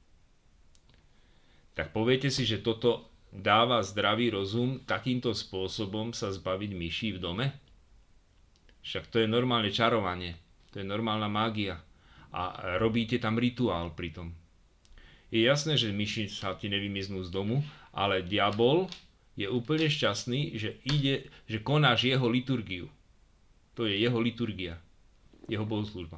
Tak poviete si, že toto dáva zdravý rozum takýmto spôsobom sa zbaviť myší v dome? Však to je normálne čarovanie, to je normálna mágia a robíte tam rituál pritom. Je jasné, že myši sa ti nevymiznú z domu, ale diabol je úplne šťastný, že konáš jeho liturgiu. To je jeho liturgia, jeho bohoslužba.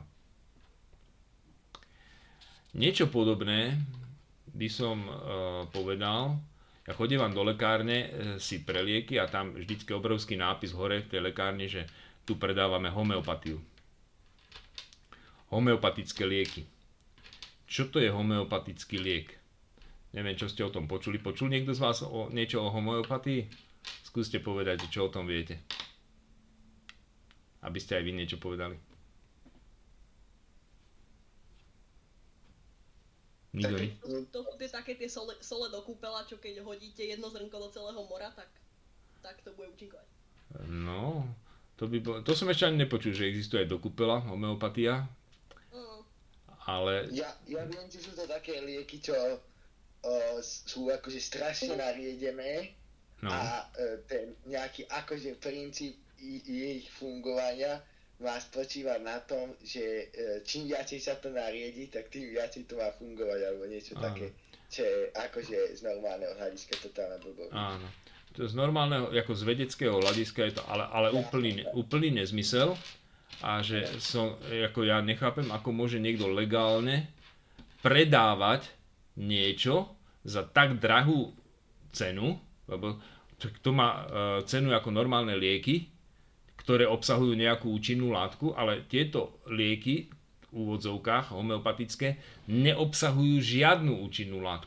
Niečo podobné by som povedal, ja chodievam do lekárne si pre lieky a tam vždycky obrovský nápis hore v tej lekárne, že tu predávame homeopatiu. Homeopatické lieky. Čo to je homeopatický liek? Neviem, čo ste o tom počuli. Počul niekto z vás niečo o homeopatii? Skúste povedať, čo o tom viete. Aby ste aj vy niečo povedali. Nikto nie? To je také tie sole do kúpela, čo keď hodíte jedno zrnko do celého mora, tak to bude účinkovať. No, to som ešte ani nepočul, že existuje aj do kúpela homeopatia. Ale... Ja viem, že sú to také lieky, čo sú akože strašne nariedené a ten nejaký akože princíp ich fungovania má spočívať na tom, že čím viacej sa to nariedi, tak tým viacej to má fungovať, alebo niečo také, čo je akože z normálneho hľadiska totálna blbosť. Áno. To z normálneho, ako z vedeckého hľadiska je to ale úplný nezmysel a že ja nechápem, ako môže niekto legálne predávať niečo za tak drahú cenu, lebo to má cenu ako normálne lieky, ktoré obsahujú nejakú účinnú látku, ale tieto lieky v úvodzovkách homeopatické neobsahujú žiadnu účinnú látku.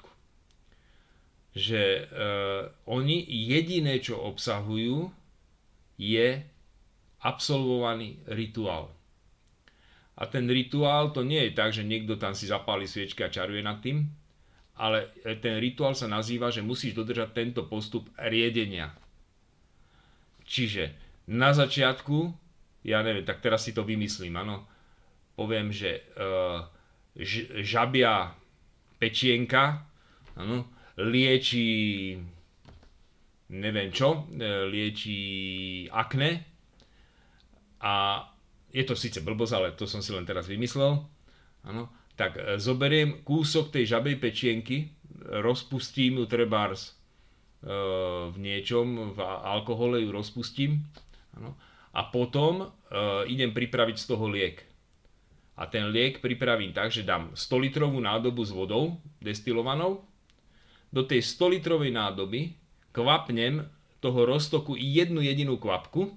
Že oni jediné, čo obsahujú, je absolvovaný rituál. A ten rituál to nie je tak, že niekto tam si zapáli sviečky a čaruje nad tým, ale ten rituál sa nazýva, že musíš dodržať tento postup riedenia. Čiže na začiatku, ja neviem, tak teraz si to vymyslím, áno, poviem, že žabia pečienka, áno, lieči neviem čo, lieči akné a je to síce blbosť, ale to som si len teraz vymyslel, áno, tak zoberiem kúsok tej žabej pečienky, rozpustím ju trebárs v niečom, v alkohole ju rozpustím, áno, a potom idem pripraviť z toho liek. A ten liek pripravím tak, že dám 100 litrovú nádobu s vodou destilovanou, do tej 100 litrovej nádoby kvapnem toho roztoku jednu jedinú kvapku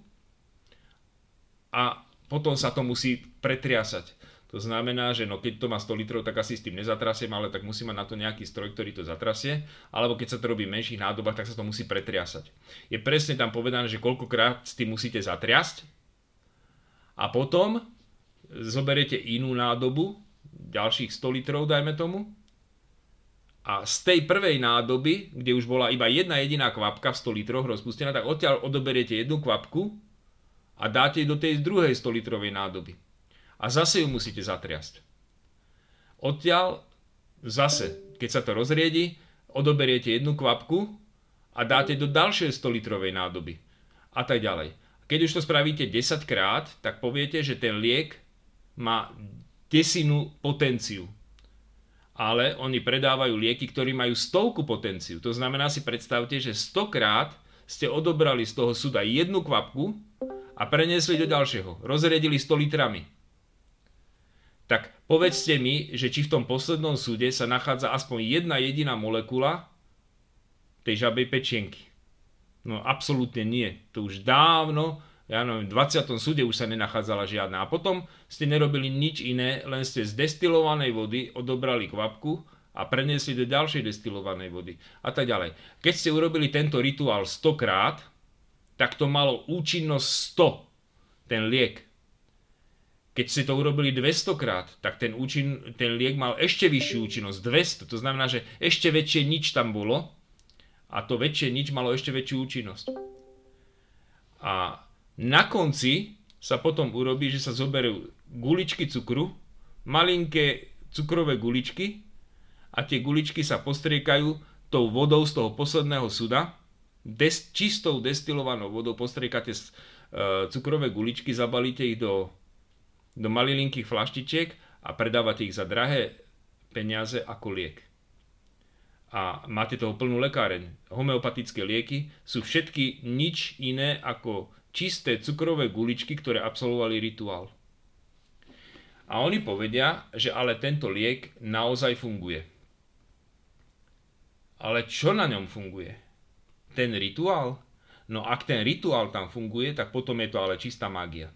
a potom sa to musí pretriasať. To znamená, že keď to má 100 litrov, tak asi s tým nezatrasiem, ale tak musí mať na to nejaký stroj, ktorý to zatrasie, alebo keď sa to robí v menších nádobách, tak sa to musí pretriasať. Je presne tam povedané, že koľkokrát s tým musíte zatriasť a potom zoberiete inú nádobu, ďalších 100 litrov dajme tomu, A z tej prvej nádoby, kde už bola iba jedna jediná kvapka v 100 litroch rozpustená, tak odtiaľ odoberiete jednu kvapku a dáte ju do tej druhej 100 litrovej nádoby. A zase ju musíte zatriasť. Odtiaľ zase, keď sa to rozriedi, odoberiete jednu kvapku a dáte do ďalšej 100 litrovej nádoby. A tak ďalej. Keď už to spravíte 10 krát, tak poviete, že ten liek má 10 potenciu. Ale oni predávajú lieky, ktorí majú 100 potenciu. To znamená, si predstavte, že 100 krát ste odobrali z toho súda jednu kvapku a preniesli do ďalšieho. Rozriedili 100 litrami. Tak povedzte mi, že či v tom poslednom súde sa nachádza aspoň jedna jediná molekula tej žabej pečienky. No absolútne nie. To už dávno, ja neviem, v 20. súde už sa nenachádzala žiadna. A potom ste nerobili nič iné, len ste z destilovanej vody odobrali kvapku a preniesli do ďalšej destilovanej vody. A tak ďalej. Keď ste urobili tento rituál 100 krát, tak to malo účinnosť 100, ten liek. Keď ste to urobili 200 krát, tak ten liek mal ešte vyššiu účinnosť, 200. To znamená, že ešte väčšie nič tam bolo a to väčšie nič malo ešte väčšiu účinnosť. A na konci sa potom urobí, že sa zoberú guličky cukru, malinké cukrové guličky a tie guličky sa postriekajú tou vodou z toho posledného suda. Čistou destilovanou vodou postriekate cukrové guličky, zabalíte ich do malilinkých flaštičiek a predávate ich za drahé peniaze ako liek. A máte toho plnú lekáreň. Homeopatické lieky sú všetky nič iné ako čisté cukrové guličky, ktoré absolvovali rituál. A oni povedia, že ale tento liek naozaj funguje. Ale čo na ňom funguje? Ten rituál? No ak ten rituál tam funguje, tak potom je to ale čistá mágia.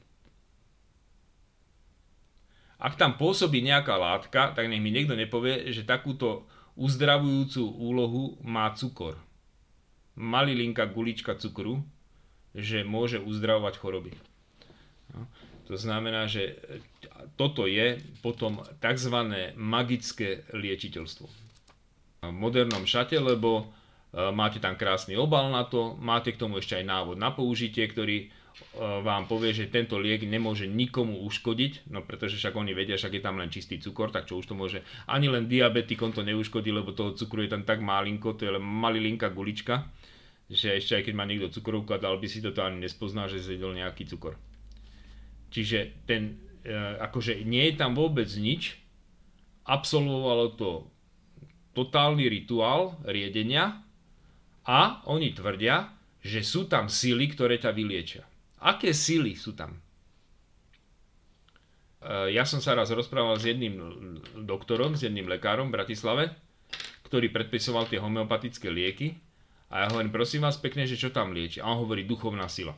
Ak tam pôsobí nejaká látka, tak nech mi niekto nepovie, že takúto uzdravujúcu úlohu má cukor. Malilinká gulička cukru, že môže uzdravovať choroby. No, to znamená, že toto je potom tzv. Magické liečiteľstvo. V modernom šate, lebo máte tam krásny obal na to, máte k tomu ešte aj návod na použitie, ktorý vám povie, že tento liek nemôže nikomu uškodiť, no pretože však oni vedia, však je tam len čistý cukor, tak čo už to môže, ani len diabetikom to neuškodí, lebo toho cukru je tam tak málinko, to je len malilinká gulička, že ešte aj keď má niekto cukrovku a dal by si to ani nespoznal, že zjedol nejaký cukor. Čiže akože nie je tam vôbec nič, absolvovalo to totálny rituál riedenia a oni tvrdia, že sú tam sily, ktoré ťa vyliečia. Aké sily sú tam? Ja som sa raz rozprával s jedným doktorom, s jedným lekárom v Bratislave, ktorý predpisoval tie homeopatické lieky. A ja hovorím, prosím vás pekne, že čo tam lieči? A on hovorí duchovná sila.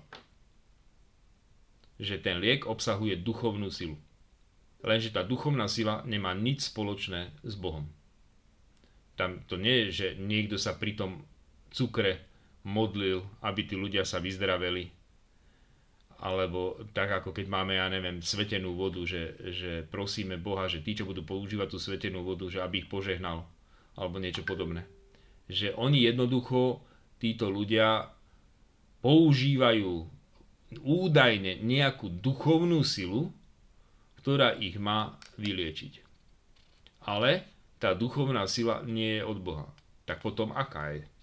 Že ten liek obsahuje duchovnú silu. Lenže tá duchovná sila nemá nič spoločné s Bohom. Tam to nie je, že niekto sa pri tom cukre modlil, aby tí ľudia sa vyzdraveli. Alebo tak ako keď máme, ja neviem, svetenú vodu, že prosíme Boha, že tí, čo budú používať tú svetenú vodu, že aby ich požehnal. Alebo niečo podobné. Že oni jednoducho, títo ľudia, používajú údajne nejakú duchovnú silu, ktorá ich má vyliečiť. Ale tá duchovná sila nie je od Boha. Tak potom aká je?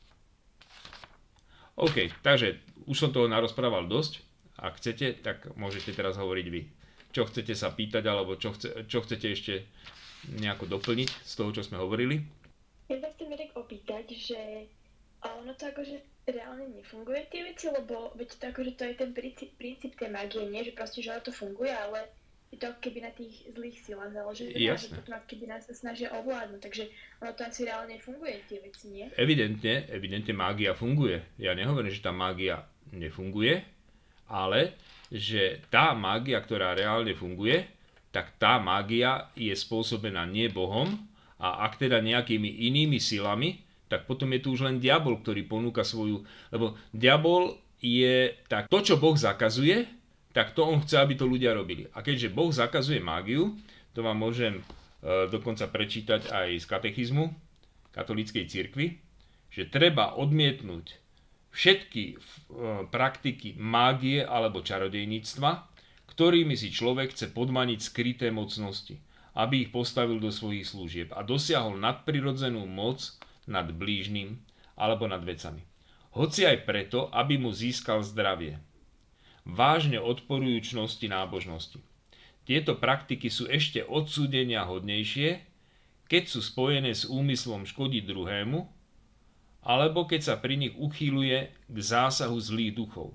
OK, takže už som toho narozprával dosť. Ak chcete, tak môžete teraz hovoriť vy. Čo chcete sa pýtať, alebo čo chcete ešte nejako doplniť z toho, čo sme hovorili? Ja sa chcem Mirek opýtať, že ono to akože reálne nefunguje tie veci, lebo veď to akože to je ten princíp tej magie, nie? Že proste, že ono to funguje, ale je to keby na tých zlých silách založené, že potom keby nás sa snažia ovládnuť, takže ono to asi reálne funguje tie veci, nie? Evidentne mágia funguje. Ja nehovorím, že tá mágia nefunguje, ale že tá mágia, ktorá reálne funguje, tak tá mágia je spôsobená nie Bohom, a ak teda nejakými inými silami, tak potom je tu už len diabol, ktorý ponúka svoju... Lebo diabol je tak, to, čo Boh zakazuje, tak to on chce, aby to ľudia robili. A keďže Boh zakazuje mágiu, to vám môžem dokonca prečítať aj z katechizmu, katolíckej cirkvi, že treba odmietnúť všetky praktiky mágie alebo čarodejníctva, ktorými si človek chce podmaniť skryté mocnosti, aby ich postavil do svojich služieb a dosiahol nadprirodzenú moc nad blížnym alebo nad vecami. Hoci aj preto, aby mu získal zdravie. Vážne odporujú čnosti nábožnosti. Tieto praktiky sú ešte odsúdenia hodnejšie, keď sú spojené s úmyslom škodiť druhému, alebo keď sa pri nich uchýľuje k zásahu zlých duchov.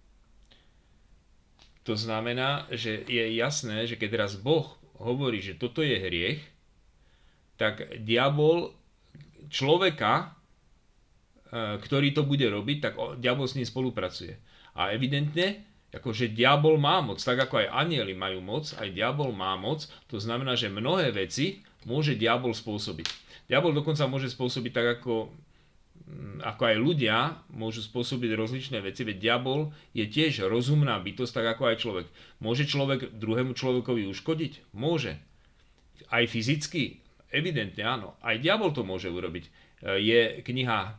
To znamená, že je jasné, že keď teraz Boh hovorí, že toto je hriech, tak diabol človeka, ktorý to bude robiť, tak diabol s ním spolupracuje. A evidentne, akože diabol má moc, tak ako aj anjeli majú moc, aj diabol má moc, to znamená, že mnohé veci môže diabol spôsobiť. Diabol dokonca môže spôsobiť tak, ako aj ľudia môžu spôsobiť rozličné veci, veď diabol je tiež rozumná bytosť, tak ako aj človek. Môže človek druhému človekovi uškodiť? Môže. Aj fyzicky? Evidentne áno. Aj diabol to môže urobiť. Je kniha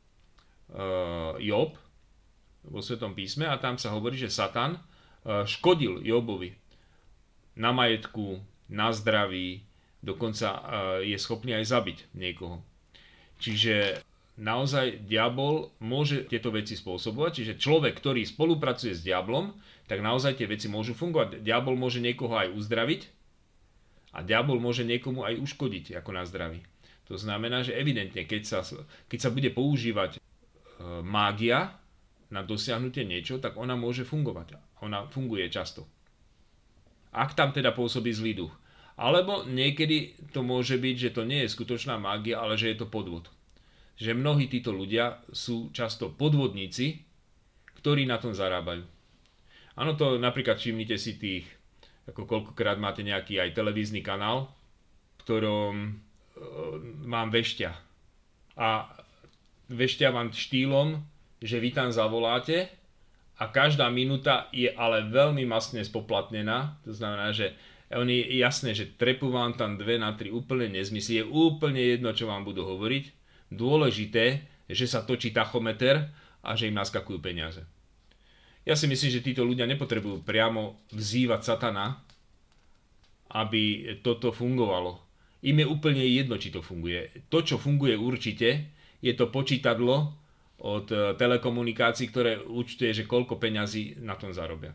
Job vo Svetom písme a tam sa hovorí, že Satan škodil Jobovi na majetku, na zdraví, dokonca je schopný aj zabiť niekoho. Čiže naozaj diabol môže tieto veci spôsobovať, čiže človek, ktorý spolupracuje s diablom, tak naozaj tie veci môžu fungovať. Diabol môže niekoho aj uzdraviť a diabol môže niekomu aj uškodiť ako na zdraví. To znamená, že evidentne, keď sa bude používať mágia na dosiahnutie niečo, tak ona môže fungovať. Ona funguje často. Ak tam teda pôsobí zlý duch. Alebo niekedy to môže byť, že to nie je skutočná mágia, ale že je to podvod. Že mnohí títo ľudia sú často podvodníci, ktorí na tom zarábajú. Áno, to napríklad všimnite si tých, ako koľkokrát máte nejaký aj televízny kanál, v ktorom vám veštia. A veštia vám štýlom, že vy tam zavoláte a každá minúta je ale veľmi masne spoplatnená. To znamená, že oni jasné, že trepú vám tam 2 na 3 úplne nezmysly. Je úplne jedno, čo vám budú hovoriť. Dôležité, že sa točí tachometer a že im naskakujú peniaze. Ja si myslím, že títo ľudia nepotrebujú priamo vzývať satana, aby toto fungovalo. Im je úplne jedno, či to funguje. To, čo funguje určite, je to počítadlo od telekomunikácií, ktoré účtuje, že koľko peňazí na tom zarobia.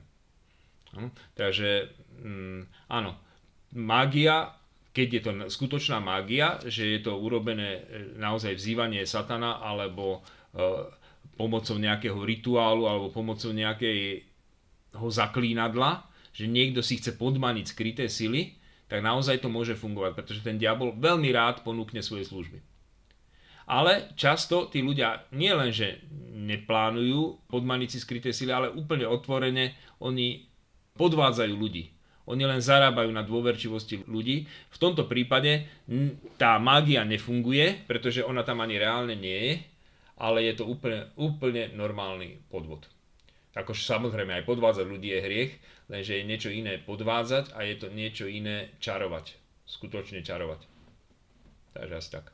Takže áno, mágia, keď je to skutočná mágia, že je to urobené naozaj vzývanie satana alebo pomocou nejakého rituálu alebo pomocou nejakého zaklínadla, že niekto si chce podmaniť skryté sily, tak naozaj to môže fungovať, pretože ten diabol veľmi rád ponúkne svoje služby. Ale často tí ľudia nie len, že neplánujú podmaniť si skryté sily, ale úplne otvorene oni podvádzajú ľudí. Oni len zarábajú na dôverčivosti ľudí. V tomto prípade tá mágia nefunguje, pretože ona tam ani reálne nie je, ale je to úplne normálny podvod. Akože samozrejme aj podvádzať ľudí je hriech, lenže je niečo iné podvádzať a je to niečo iné čarovať. Skutočne čarovať. Takže asi tak.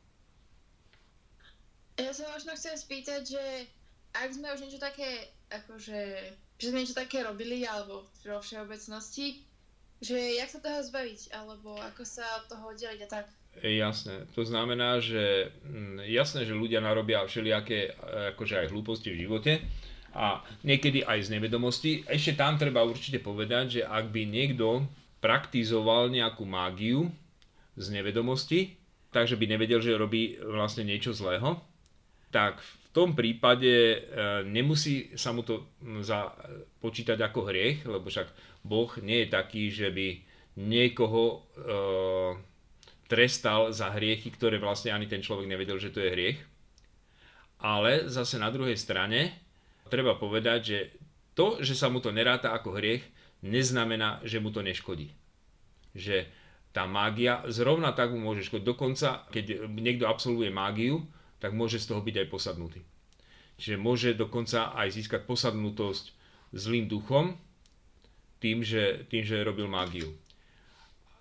Ja sa možno chcem spýtať, že ak sme už niečo také, akože, že sme niečo také robili, alebo vo všeobecnosti, že jak sa toho zbaviť, alebo ako sa od toho oddeliť a tak? Jasné, to znamená, že jasné, že ľudia narobia všelijaké akože aj hlúposti v živote a niekedy aj z nevedomosti. Ešte tam treba určite povedať, že ak by niekto praktizoval nejakú mágiu z nevedomosti, takže by nevedel, že robí vlastne niečo zlého, tak v tom prípade nemusí sa mu to počítať ako hriech, lebo však Boh nie je taký, že by niekoho trestal za hriechy, ktoré vlastne ani ten človek nevedel, že to je hriech. Ale zase na druhej strane treba povedať, že to, že sa mu to neráta ako hriech, neznamená, že mu to neškodí. Že tá mágia zrovna tak mu môže škodiť. Dokonca, keď niekto absolvuje mágiu, tak môže z toho byť aj posadnutý. Čiže môže dokonca aj získať posadnutosť zlým duchom tým, že robil mágiu.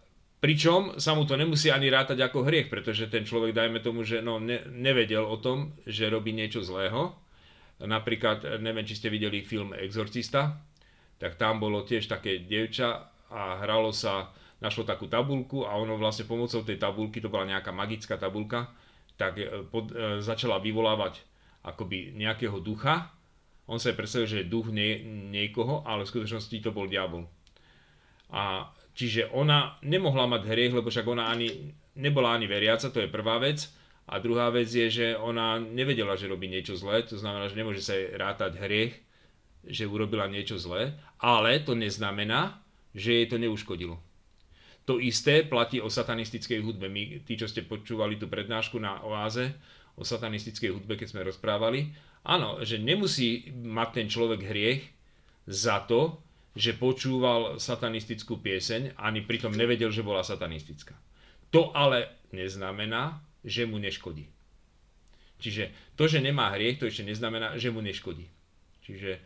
Pričom sa mu to nemusí ani rátať ako hriech, pretože ten človek, dajme tomu, že nevedel o tom, že robí niečo zlého. Napríklad, neviem, či ste videli film Exorcista, tak tam bolo tiež také dievča a našlo takú tabuľku a ono vlastne pomocou tej tabuľky, to bola nejaká magická tabuľka, tak začala vyvolávať akoby nejakého ducha. On sa predstavil, že je duch niekoho, ale v skutočnosti to bol diabol. A čiže ona nemohla mať hriech, lebo však ona nebola ani veriaca, to je prvá vec. A druhá vec je, že ona nevedela, že robí niečo zlé, to znamená, že nemôže sa jej rátať hriech, že urobila niečo zlé, ale to neznamená, že jej to neuškodilo. To isté platí o satanistickej hudbe. Tí, čo ste počúvali tú prednášku na Oáze o satanistickej hudbe, keď sme rozprávali, áno, že nemusí mať ten človek hriech za to, že počúval satanistickú pieseň, ani pritom nevedel, že bola satanistická. To ale neznamená, že mu neškodí. Čiže to, že nemá hriech, to ešte neznamená, že mu neškodí. Čiže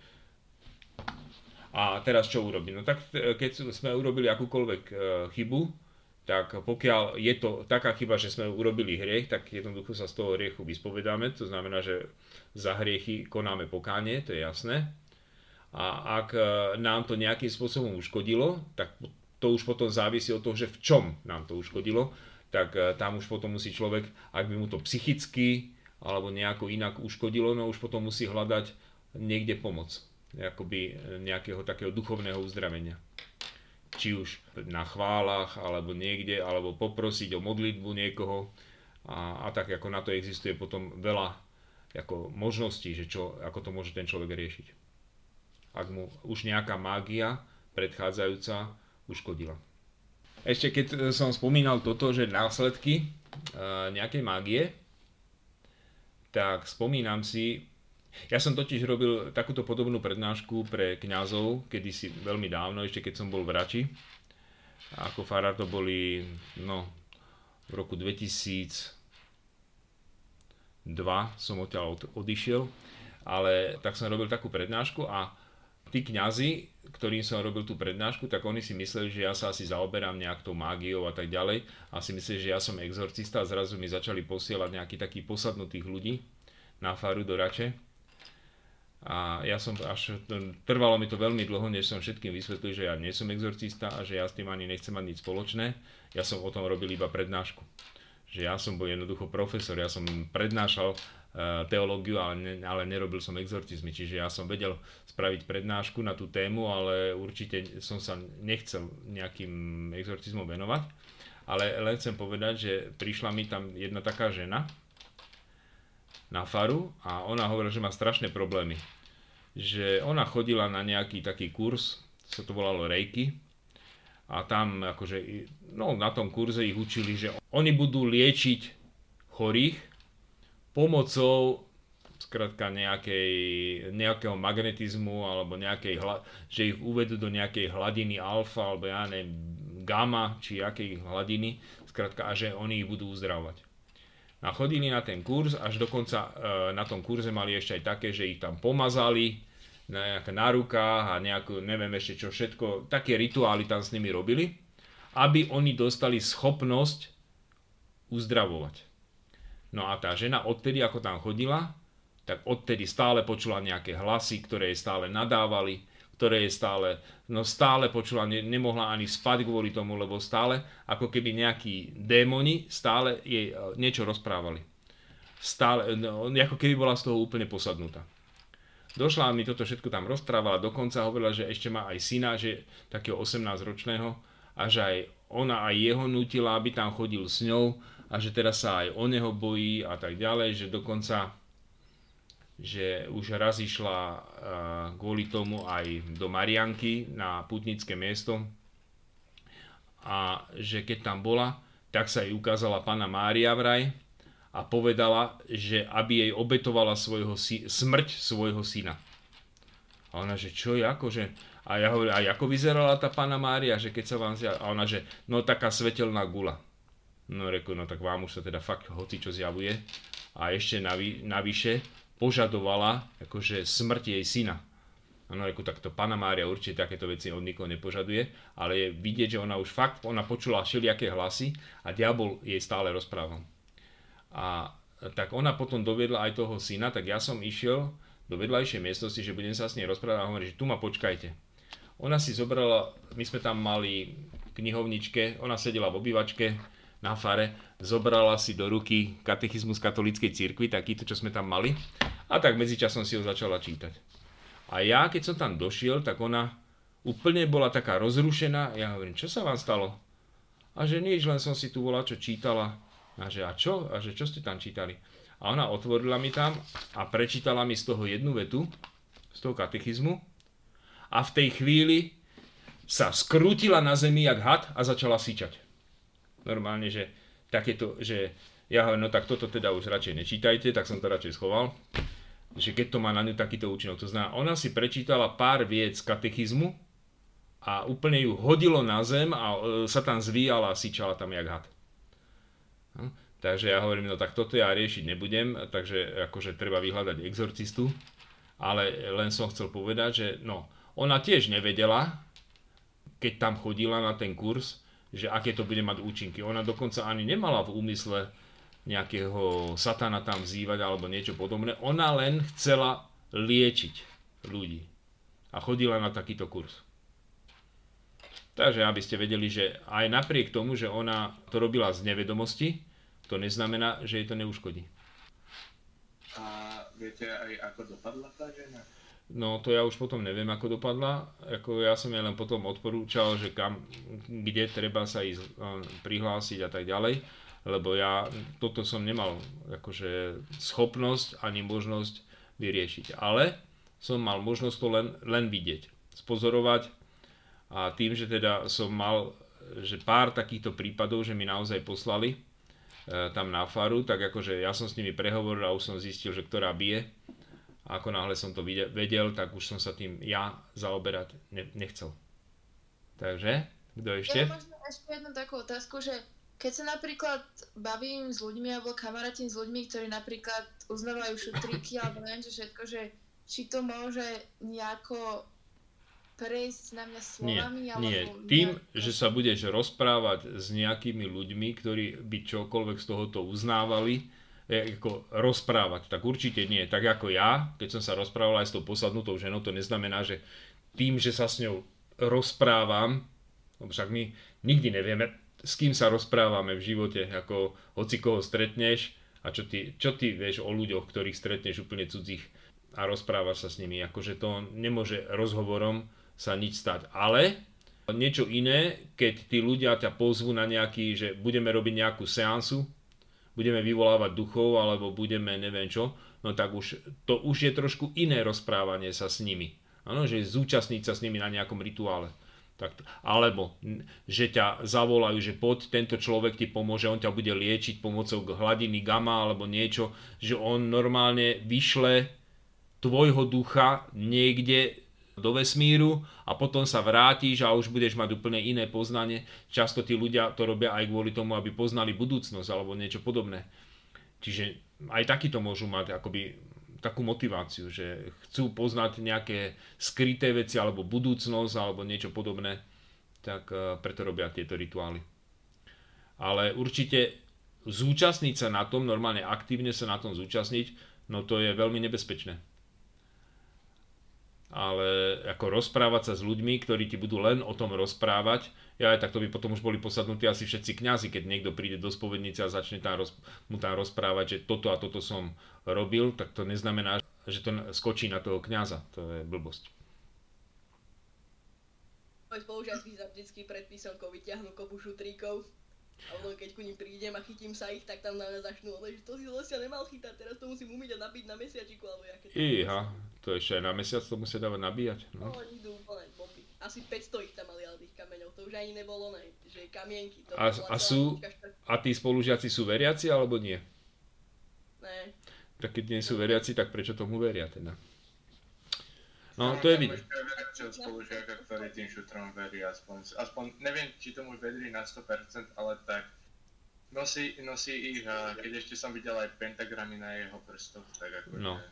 a teraz čo urobí? No tak keď sme urobili akúkoľvek chybu, tak pokiaľ je to taká chyba, že sme urobili hriech, tak jednoducho sa z toho hriechu vyspovedáme, to znamená, že za hriechy konáme pokánie, to je jasné. A ak nám to nejakým spôsobom uškodilo, tak to už potom závisí od toho, že v čom nám to uškodilo, tak tam už potom musí človek, ak by mu to psychicky alebo nejako inak uškodilo, no už potom musí hľadať niekde pomoc, akoby nejakého takého duchovného uzdravenia. Či už na chválach, alebo niekde, alebo poprosiť o modlitbu niekoho a tak ako na to existuje potom veľa ako možností, že ako to môže ten človek riešiť. Ak mu už nejaká mágia predchádzajúca uškodila. Ešte keď som spomínal toto, že následky nejakej mágie, tak spomínam si, ja som totiž robil takúto podobnú prednášku pre kňazov, kedysi veľmi dávno, ešte keď som bol v Rači. Ako farár to boli, v roku 2002 som odtiaľ odišiel, ale tak som robil takú prednášku a tí kňazi, ktorým som robil tú prednášku, tak oni si mysleli, že ja sa asi zaoberám nejak tou mágiou a tak ďalej. A si mysleli, že ja som exorcista a zrazu mi začali posielať nejakých takých posadnutých ľudí na faru do Rače. A trvalo mi to veľmi dlho, než som všetkým vysvetlil, že ja nie som exorcista a že ja s tým ani nechcem mať nič spoločné. Ja som o tom robil iba prednášku. Že ja som bol jednoducho profesor, ja som prednášal teológiu, ale nerobil som exorcizmy, čiže ja som vedel spraviť prednášku na tú tému, ale určite som sa nechcel nejakým exorcizmom venovať. Ale len chcem povedať, že prišla mi tam jedna taká žena na faru a ona hovorila, že má strašné problémy. Že ona chodila na nejaký taký kurz, sa to volalo Reiki, a tam na tom kurze ich učili, že oni budú liečiť chorých pomocou skrátka nejakého magnetizmu alebo že ich uvedú do nejakej hladiny alfa alebo ja neviem, gamma či jakej hladiny, skrátka, a že oni ich budú uzdravovať. A chodili na ten kurz, až dokonca na tom kurze mali ešte aj také, že ich tam pomazali na rukách a neviem ešte čo všetko, také rituály tam s nimi robili, aby oni dostali schopnosť uzdravovať. No a tá žena odtedy, ako tam chodila, tak odtedy stále počula nejaké hlasy, ktoré jej stále nadávali, ktoré jej stále počula, nemohla ani spať kvôli tomu, lebo stále, ako keby nejakí démoni, stále jej niečo rozprávali. Stále, ako keby bola z toho úplne posadnutá. Došla mi toto všetko tam rozprávala, dokonca hovorila, že ešte má aj syna, že takého 18-ročného, a že aj ona aj jeho nutila, aby tam chodil s ňou, a že teraz sa aj o neho bojí a tak ďalej, že dokonca, že už raz išla kvôli tomu aj do Marianky na pútnické miesto a že keď tam bola, tak sa jej ukázala Panna Mária vraj a povedala, že aby jej obetovala smrť svojho syna. A ona, že čo je, akože? A ja hovorím, a ako vyzerala tá Panna Mária, že keď sa vám zjavila? A ona, že no taká svetelná gula. No reku, no tak vám už sa teda fakt hocičo zjavuje. A ešte navyše požadovala akože smrť jej syna. Áno, takto Panna Mária určite takéto veci od nikoho nepožaduje, ale je vidieť, že ona už fakt, ona počula všelijaké hlasy a diabol jej stále rozprával. A tak ona potom doviedla aj toho syna, tak ja som išiel do vedľajšej miestnosti, že budem sa s nej rozprávať a hovorím, že tu ma počkajte. Ona si zobrala, my sme tam mali knihovničke, ona sedela v obývačke na fare, zobrala si do ruky katechizmus katolíckej cirkvi, takýto, čo sme tam mali, a tak medzičasom si ho začala čítať. A ja, keď som tam došiel, tak ona úplne bola taká rozrušená. Ja hovorím, čo sa vám stalo? A že nič, len som si tu volala, čo čítala. A že a čo? A že čo ste tam čítali? A ona otvorila mi tam a prečítala mi z toho jednu vetu, z toho katechizmu. A v tej chvíli sa skrútila na zemi jak had a začala syčať. Normálne, že takéto, že ja hovorím, no tak toto teda už radšej nečítajte, tak som to radšej schoval. Že keď to má na ňu takýto účinok. To znamená, ona si prečítala pár vied z katechizmu a úplne ju hodilo na zem a sa tam zvíjala a syčala tam jak had. No, takže ja hovorím, no tak toto ja riešiť nebudem, takže akože treba vyhľadať exorcistu, ale len som chcel povedať, že no, ona tiež nevedela, keď tam chodila na ten kurz, že aké to bude mať účinky. Ona dokonca ani nemala v úmysle nejakého satana tam vzývať alebo niečo podobné. Ona len chcela liečiť ľudí. A chodila na takýto kurz. Takže aby ste vedeli, že aj napriek tomu, že ona to robila z nevedomosti, to neznamená, že jej to neuškodí. A viete aj ako dopadla tá žena? No to ja už potom neviem, ako dopadla. Ja som jej len potom odporúčal, že kde treba sa ísť prihlásiť a tak ďalej. Lebo ja toto som nemal akože schopnosť ani možnosť vyriešiť. Ale som mal možnosť to len vidieť, spozorovať a tým, že teda som mal že pár takýchto prípadov, že mi naozaj poslali tam na faru, tak akože ja som s nimi prehovoril a už som zistil, že ktorá bije. A ako náhle som to vedel, tak už som sa tým ja zaoberať nechcel. Takže, kto ešte? Ja možno ešte jednu takú otázku, že keď sa napríklad bavím s ľuďmi alebo kamarátim s ľuďmi, ktorí napríklad uznávajú šutriky alebo neviem čo všetko, že či to môže nejako prejsť na mňa slovami? Nie. Tým, že sa budeš rozprávať s nejakými ľuďmi, ktorí by čokoľvek z tohoto uznávali, ako rozprávať, tak určite nie. Tak ako ja, keď som sa rozprával aj s tou posadnutou ženou, to neznamená, že tým, že sa s ňou rozprávam, lebo však my nikdy nevieme, s kým sa rozprávame v živote, ako hoci koho stretneš a čo ty vieš o ľuďoch, ktorých stretneš úplne cudzích a rozprávaš sa s nimi. Akože to nemôže rozhovorom sa nič stať. Ale niečo iné, keď tí ľudia ťa pozvú na nejaký, že budeme robiť nejakú seansu, budeme vyvolávať duchov alebo budeme neviem čo, no tak to už je trošku iné rozprávanie sa s nimi. Áno, že zúčastniť sa s nimi na nejakom rituále. Tak, alebo že ťa zavolajú, že poď, tento človek ti pomôže, on ťa bude liečiť pomocou hladiny gamma alebo niečo, že on normálne vyšle tvojho ducha niekde do vesmíru a potom sa vrátiš a už budeš mať úplne iné poznanie. Často tí ľudia to robia aj kvôli tomu, aby poznali budúcnosť alebo niečo podobné. Čiže aj takíto môžu mať akoby takú motiváciu, že chcú poznať nejaké skryté veci alebo budúcnosť alebo niečo podobné, tak preto robia tieto rituály. Ale určite zúčastniť sa na tom, normálne aktívne sa na tom zúčastniť, no to je veľmi nebezpečné. Ale ako rozprávať sa s ľuďmi, ktorí ti budú len o tom rozprávať, tak to by potom už boli posadnutí asi všetci kňazi, keď niekto príde do spovednice a začne mu tam rozprávať, že toto a toto som robil, tak to neznamená, že to skočí na toho kňaza. To je blbosť. Môj spolužiaci sa vždycky pred písomkou vyťahnú kopu šutríkov. A ono, keď ku ním prídem a chytím sa ich, tak tam na mňa začnú, že to si Lesia nemal chytať, teraz to musím umyť a nabiť na mesiačiku, alebo jaké to. Iha, to ešte aj na mesiac to musia dávať nabíjať. No, oni idú úplne bomby. Asi 500 ich tam mali, ale tých kameňov, to už ani nebolo, ne, že kamienky. To a tí spolužiaci sú veriaci, alebo nie? Ne. Tak keď nie sú veriaci, tak prečo tomu veria teda? No, to je vidieť. Spolužiaka, ktorý tým šutrom verí, aspoň neviem, či tomu verí na 100%, ale tak nosí ich a keď ešte som videl aj pentagramy na jeho prstoch, tak akože... No.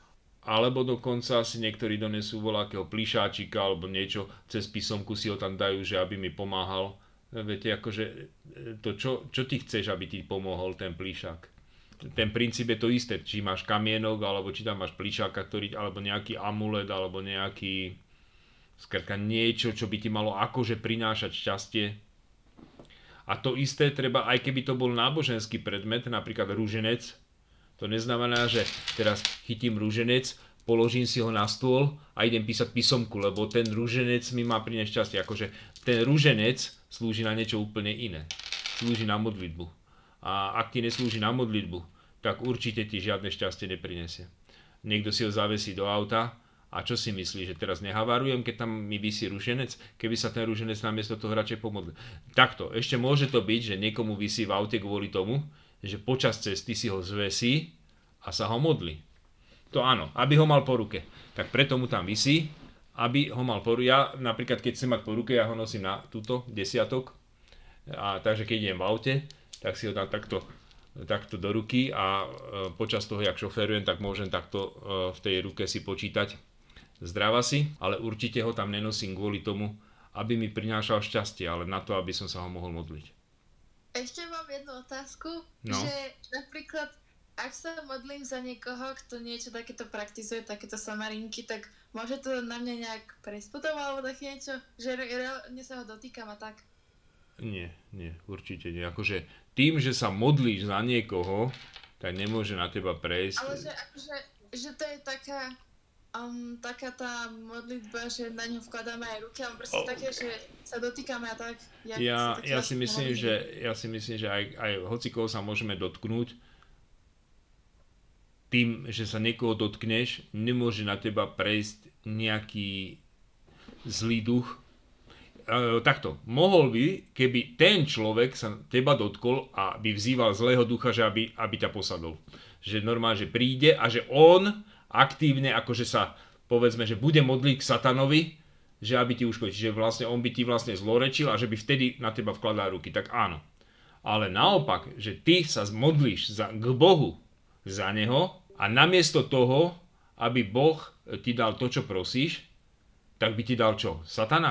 alebo dokonca si niektorí donesú voľakého plíšáčika alebo niečo, cez písomku si ho tam dajú, že aby mi pomáhal. Viete, akože to čo ty chceš, aby ti pomohol ten plíšák? Ten princíp je to isté, či máš kamienok, alebo či tam máš plíšáka, alebo nejaký amulet, alebo nejaký, skrátka niečo, čo by ti malo akože prinášať šťastie. A to isté treba, aj keby to bol náboženský predmet, napríklad rúženec, to neznamená, že teraz chytím rúženec, položím si ho na stôl a idem písať písomku, lebo ten rúženec mi má priniesť šťastie. Akože ten rúženec slúži na niečo úplne iné. Slúži na modlitbu. A ak ti neslúži na modlitbu, tak určite ti žiadne šťastie neprinesie. Niekto si ho zavesí do auta a čo si myslí, že teraz nehavarujem, keď tam mi visí rúženec, keby sa ten rúženec namiesto toho radšej pomodlil. Takto, ešte môže to byť, že niekomu visí v aute kvôli tomu, že počas cesty si ho zvesí a sa ho modlí. To áno, aby ho mal po ruke. Tak preto mu tam visí, aby ho mal po ruke. Ja napríklad, keď chcem mať po ruke, ja ho nosím na túto desiatok. A takže keď idem v aute, tak si ho dám takto do ruky a počas toho, jak šoférujem, tak môžem takto v tej ruke si počítať zdrava si, ale určite ho tam nenosím kvôli tomu, aby mi prinášal šťastie, ale na to, aby som sa ho mohol modliť. Ešte mám jednu otázku, no. Že napríklad, ak sa modlím za niekoho, kto niečo takéto praktizuje, takéto samarinky, tak môže to na mňa nejak prejsť potom, alebo také niečo? Že reálne sa ho dotýkam a tak? Nie, určite nie. Akože tým, že sa modlíš za niekoho, tak nemôže na teba prejsť. Ale že to je taká tá modlitba, že na ňu vkladáme aj ruky, ale proste také, že sa dotýkame a tak. Ja si myslím, že aj hocikoho sa môžeme dotknúť. Tým, že sa niekoho dotkneš, nemôže na teba prejsť nejaký zlý duch. Takto, mohol by, keby ten človek sa teba dotkol a by vzýval zlého ducha, že aby ťa posadol. Že normálne, že príde a že on aktívne, akože sa, povedzme, že bude modliť k satanovi, že aby ti uškodil. Čiže vlastne on by ti vlastne zlorečil a že by vtedy na teba vkladal ruky. Tak áno. Ale naopak, že ty sa modlíš k Bohu za neho a namiesto toho, aby Boh ti dal to, čo prosíš, tak by ti dal čo? Satana?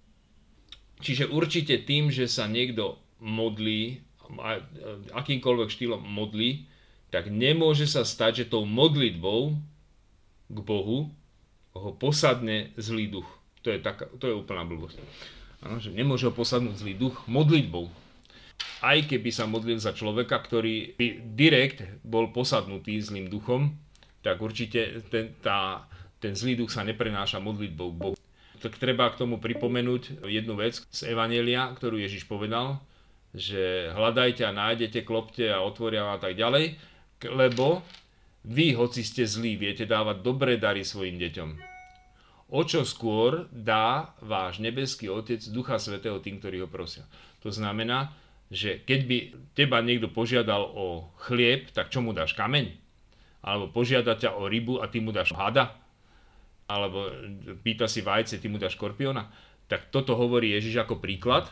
Čiže určite tým, že sa niekto modlí, akýmkoľvek štýlom modlí, tak nemôže sa stať, že tou modlitbou k Bohu ho posadne zlý duch. To je úplná blbosť. Ano, že nemôže ho posadnúť zlý duch modlitbou. Aj keby sa modlil za človeka, ktorý by direkt bol posadnutý zlým duchom, tak určite ten zlý duch sa neprenáša modlitbou k Bohu. Tak treba k tomu pripomenúť jednu vec z Evanjelia, ktorú Ježiš povedal, že hľadajte a nájdete, klopte a otvoria a tak ďalej, lebo vy, hoci ste zlí, viete dávať dobré dary svojim deťom. O čo skôr dá váš nebeský Otec Ducha Svätého tým, ktorí ho prosia. To znamená, že keď by teba niekto požiadal o chlieb, tak čo mu dáš, kameň? Alebo požiada ťa o rybu a ty mu dáš hada? Alebo pýta si vajce, ty mu dáš škorpióna? Tak toto hovorí Ježiš ako príklad.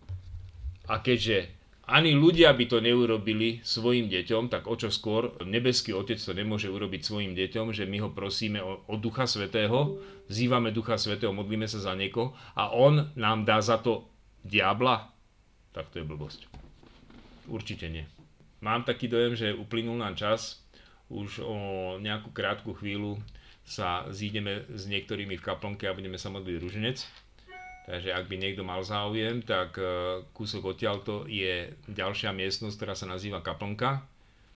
A keďže ani ľudia by to neurobili svojim deťom, tak o čo skôr nebeský Otec to nemôže urobiť svojim deťom, že my ho prosíme o Ducha Svätého, vzývame Ducha Svätého, modlíme sa za niekoho a on nám dá za to diabla? Tak to je blbosť. Určite nie. Mám taký dojem, že uplynul nám čas, už o nejakú krátku chvíľu sa zídeme s niektorými v kaplnke a budeme sa modliť ruženec. Takže ak by niekto mal záujem, tak kúsok odtiaľto je ďalšia miestnosť, ktorá sa nazýva kaplnka.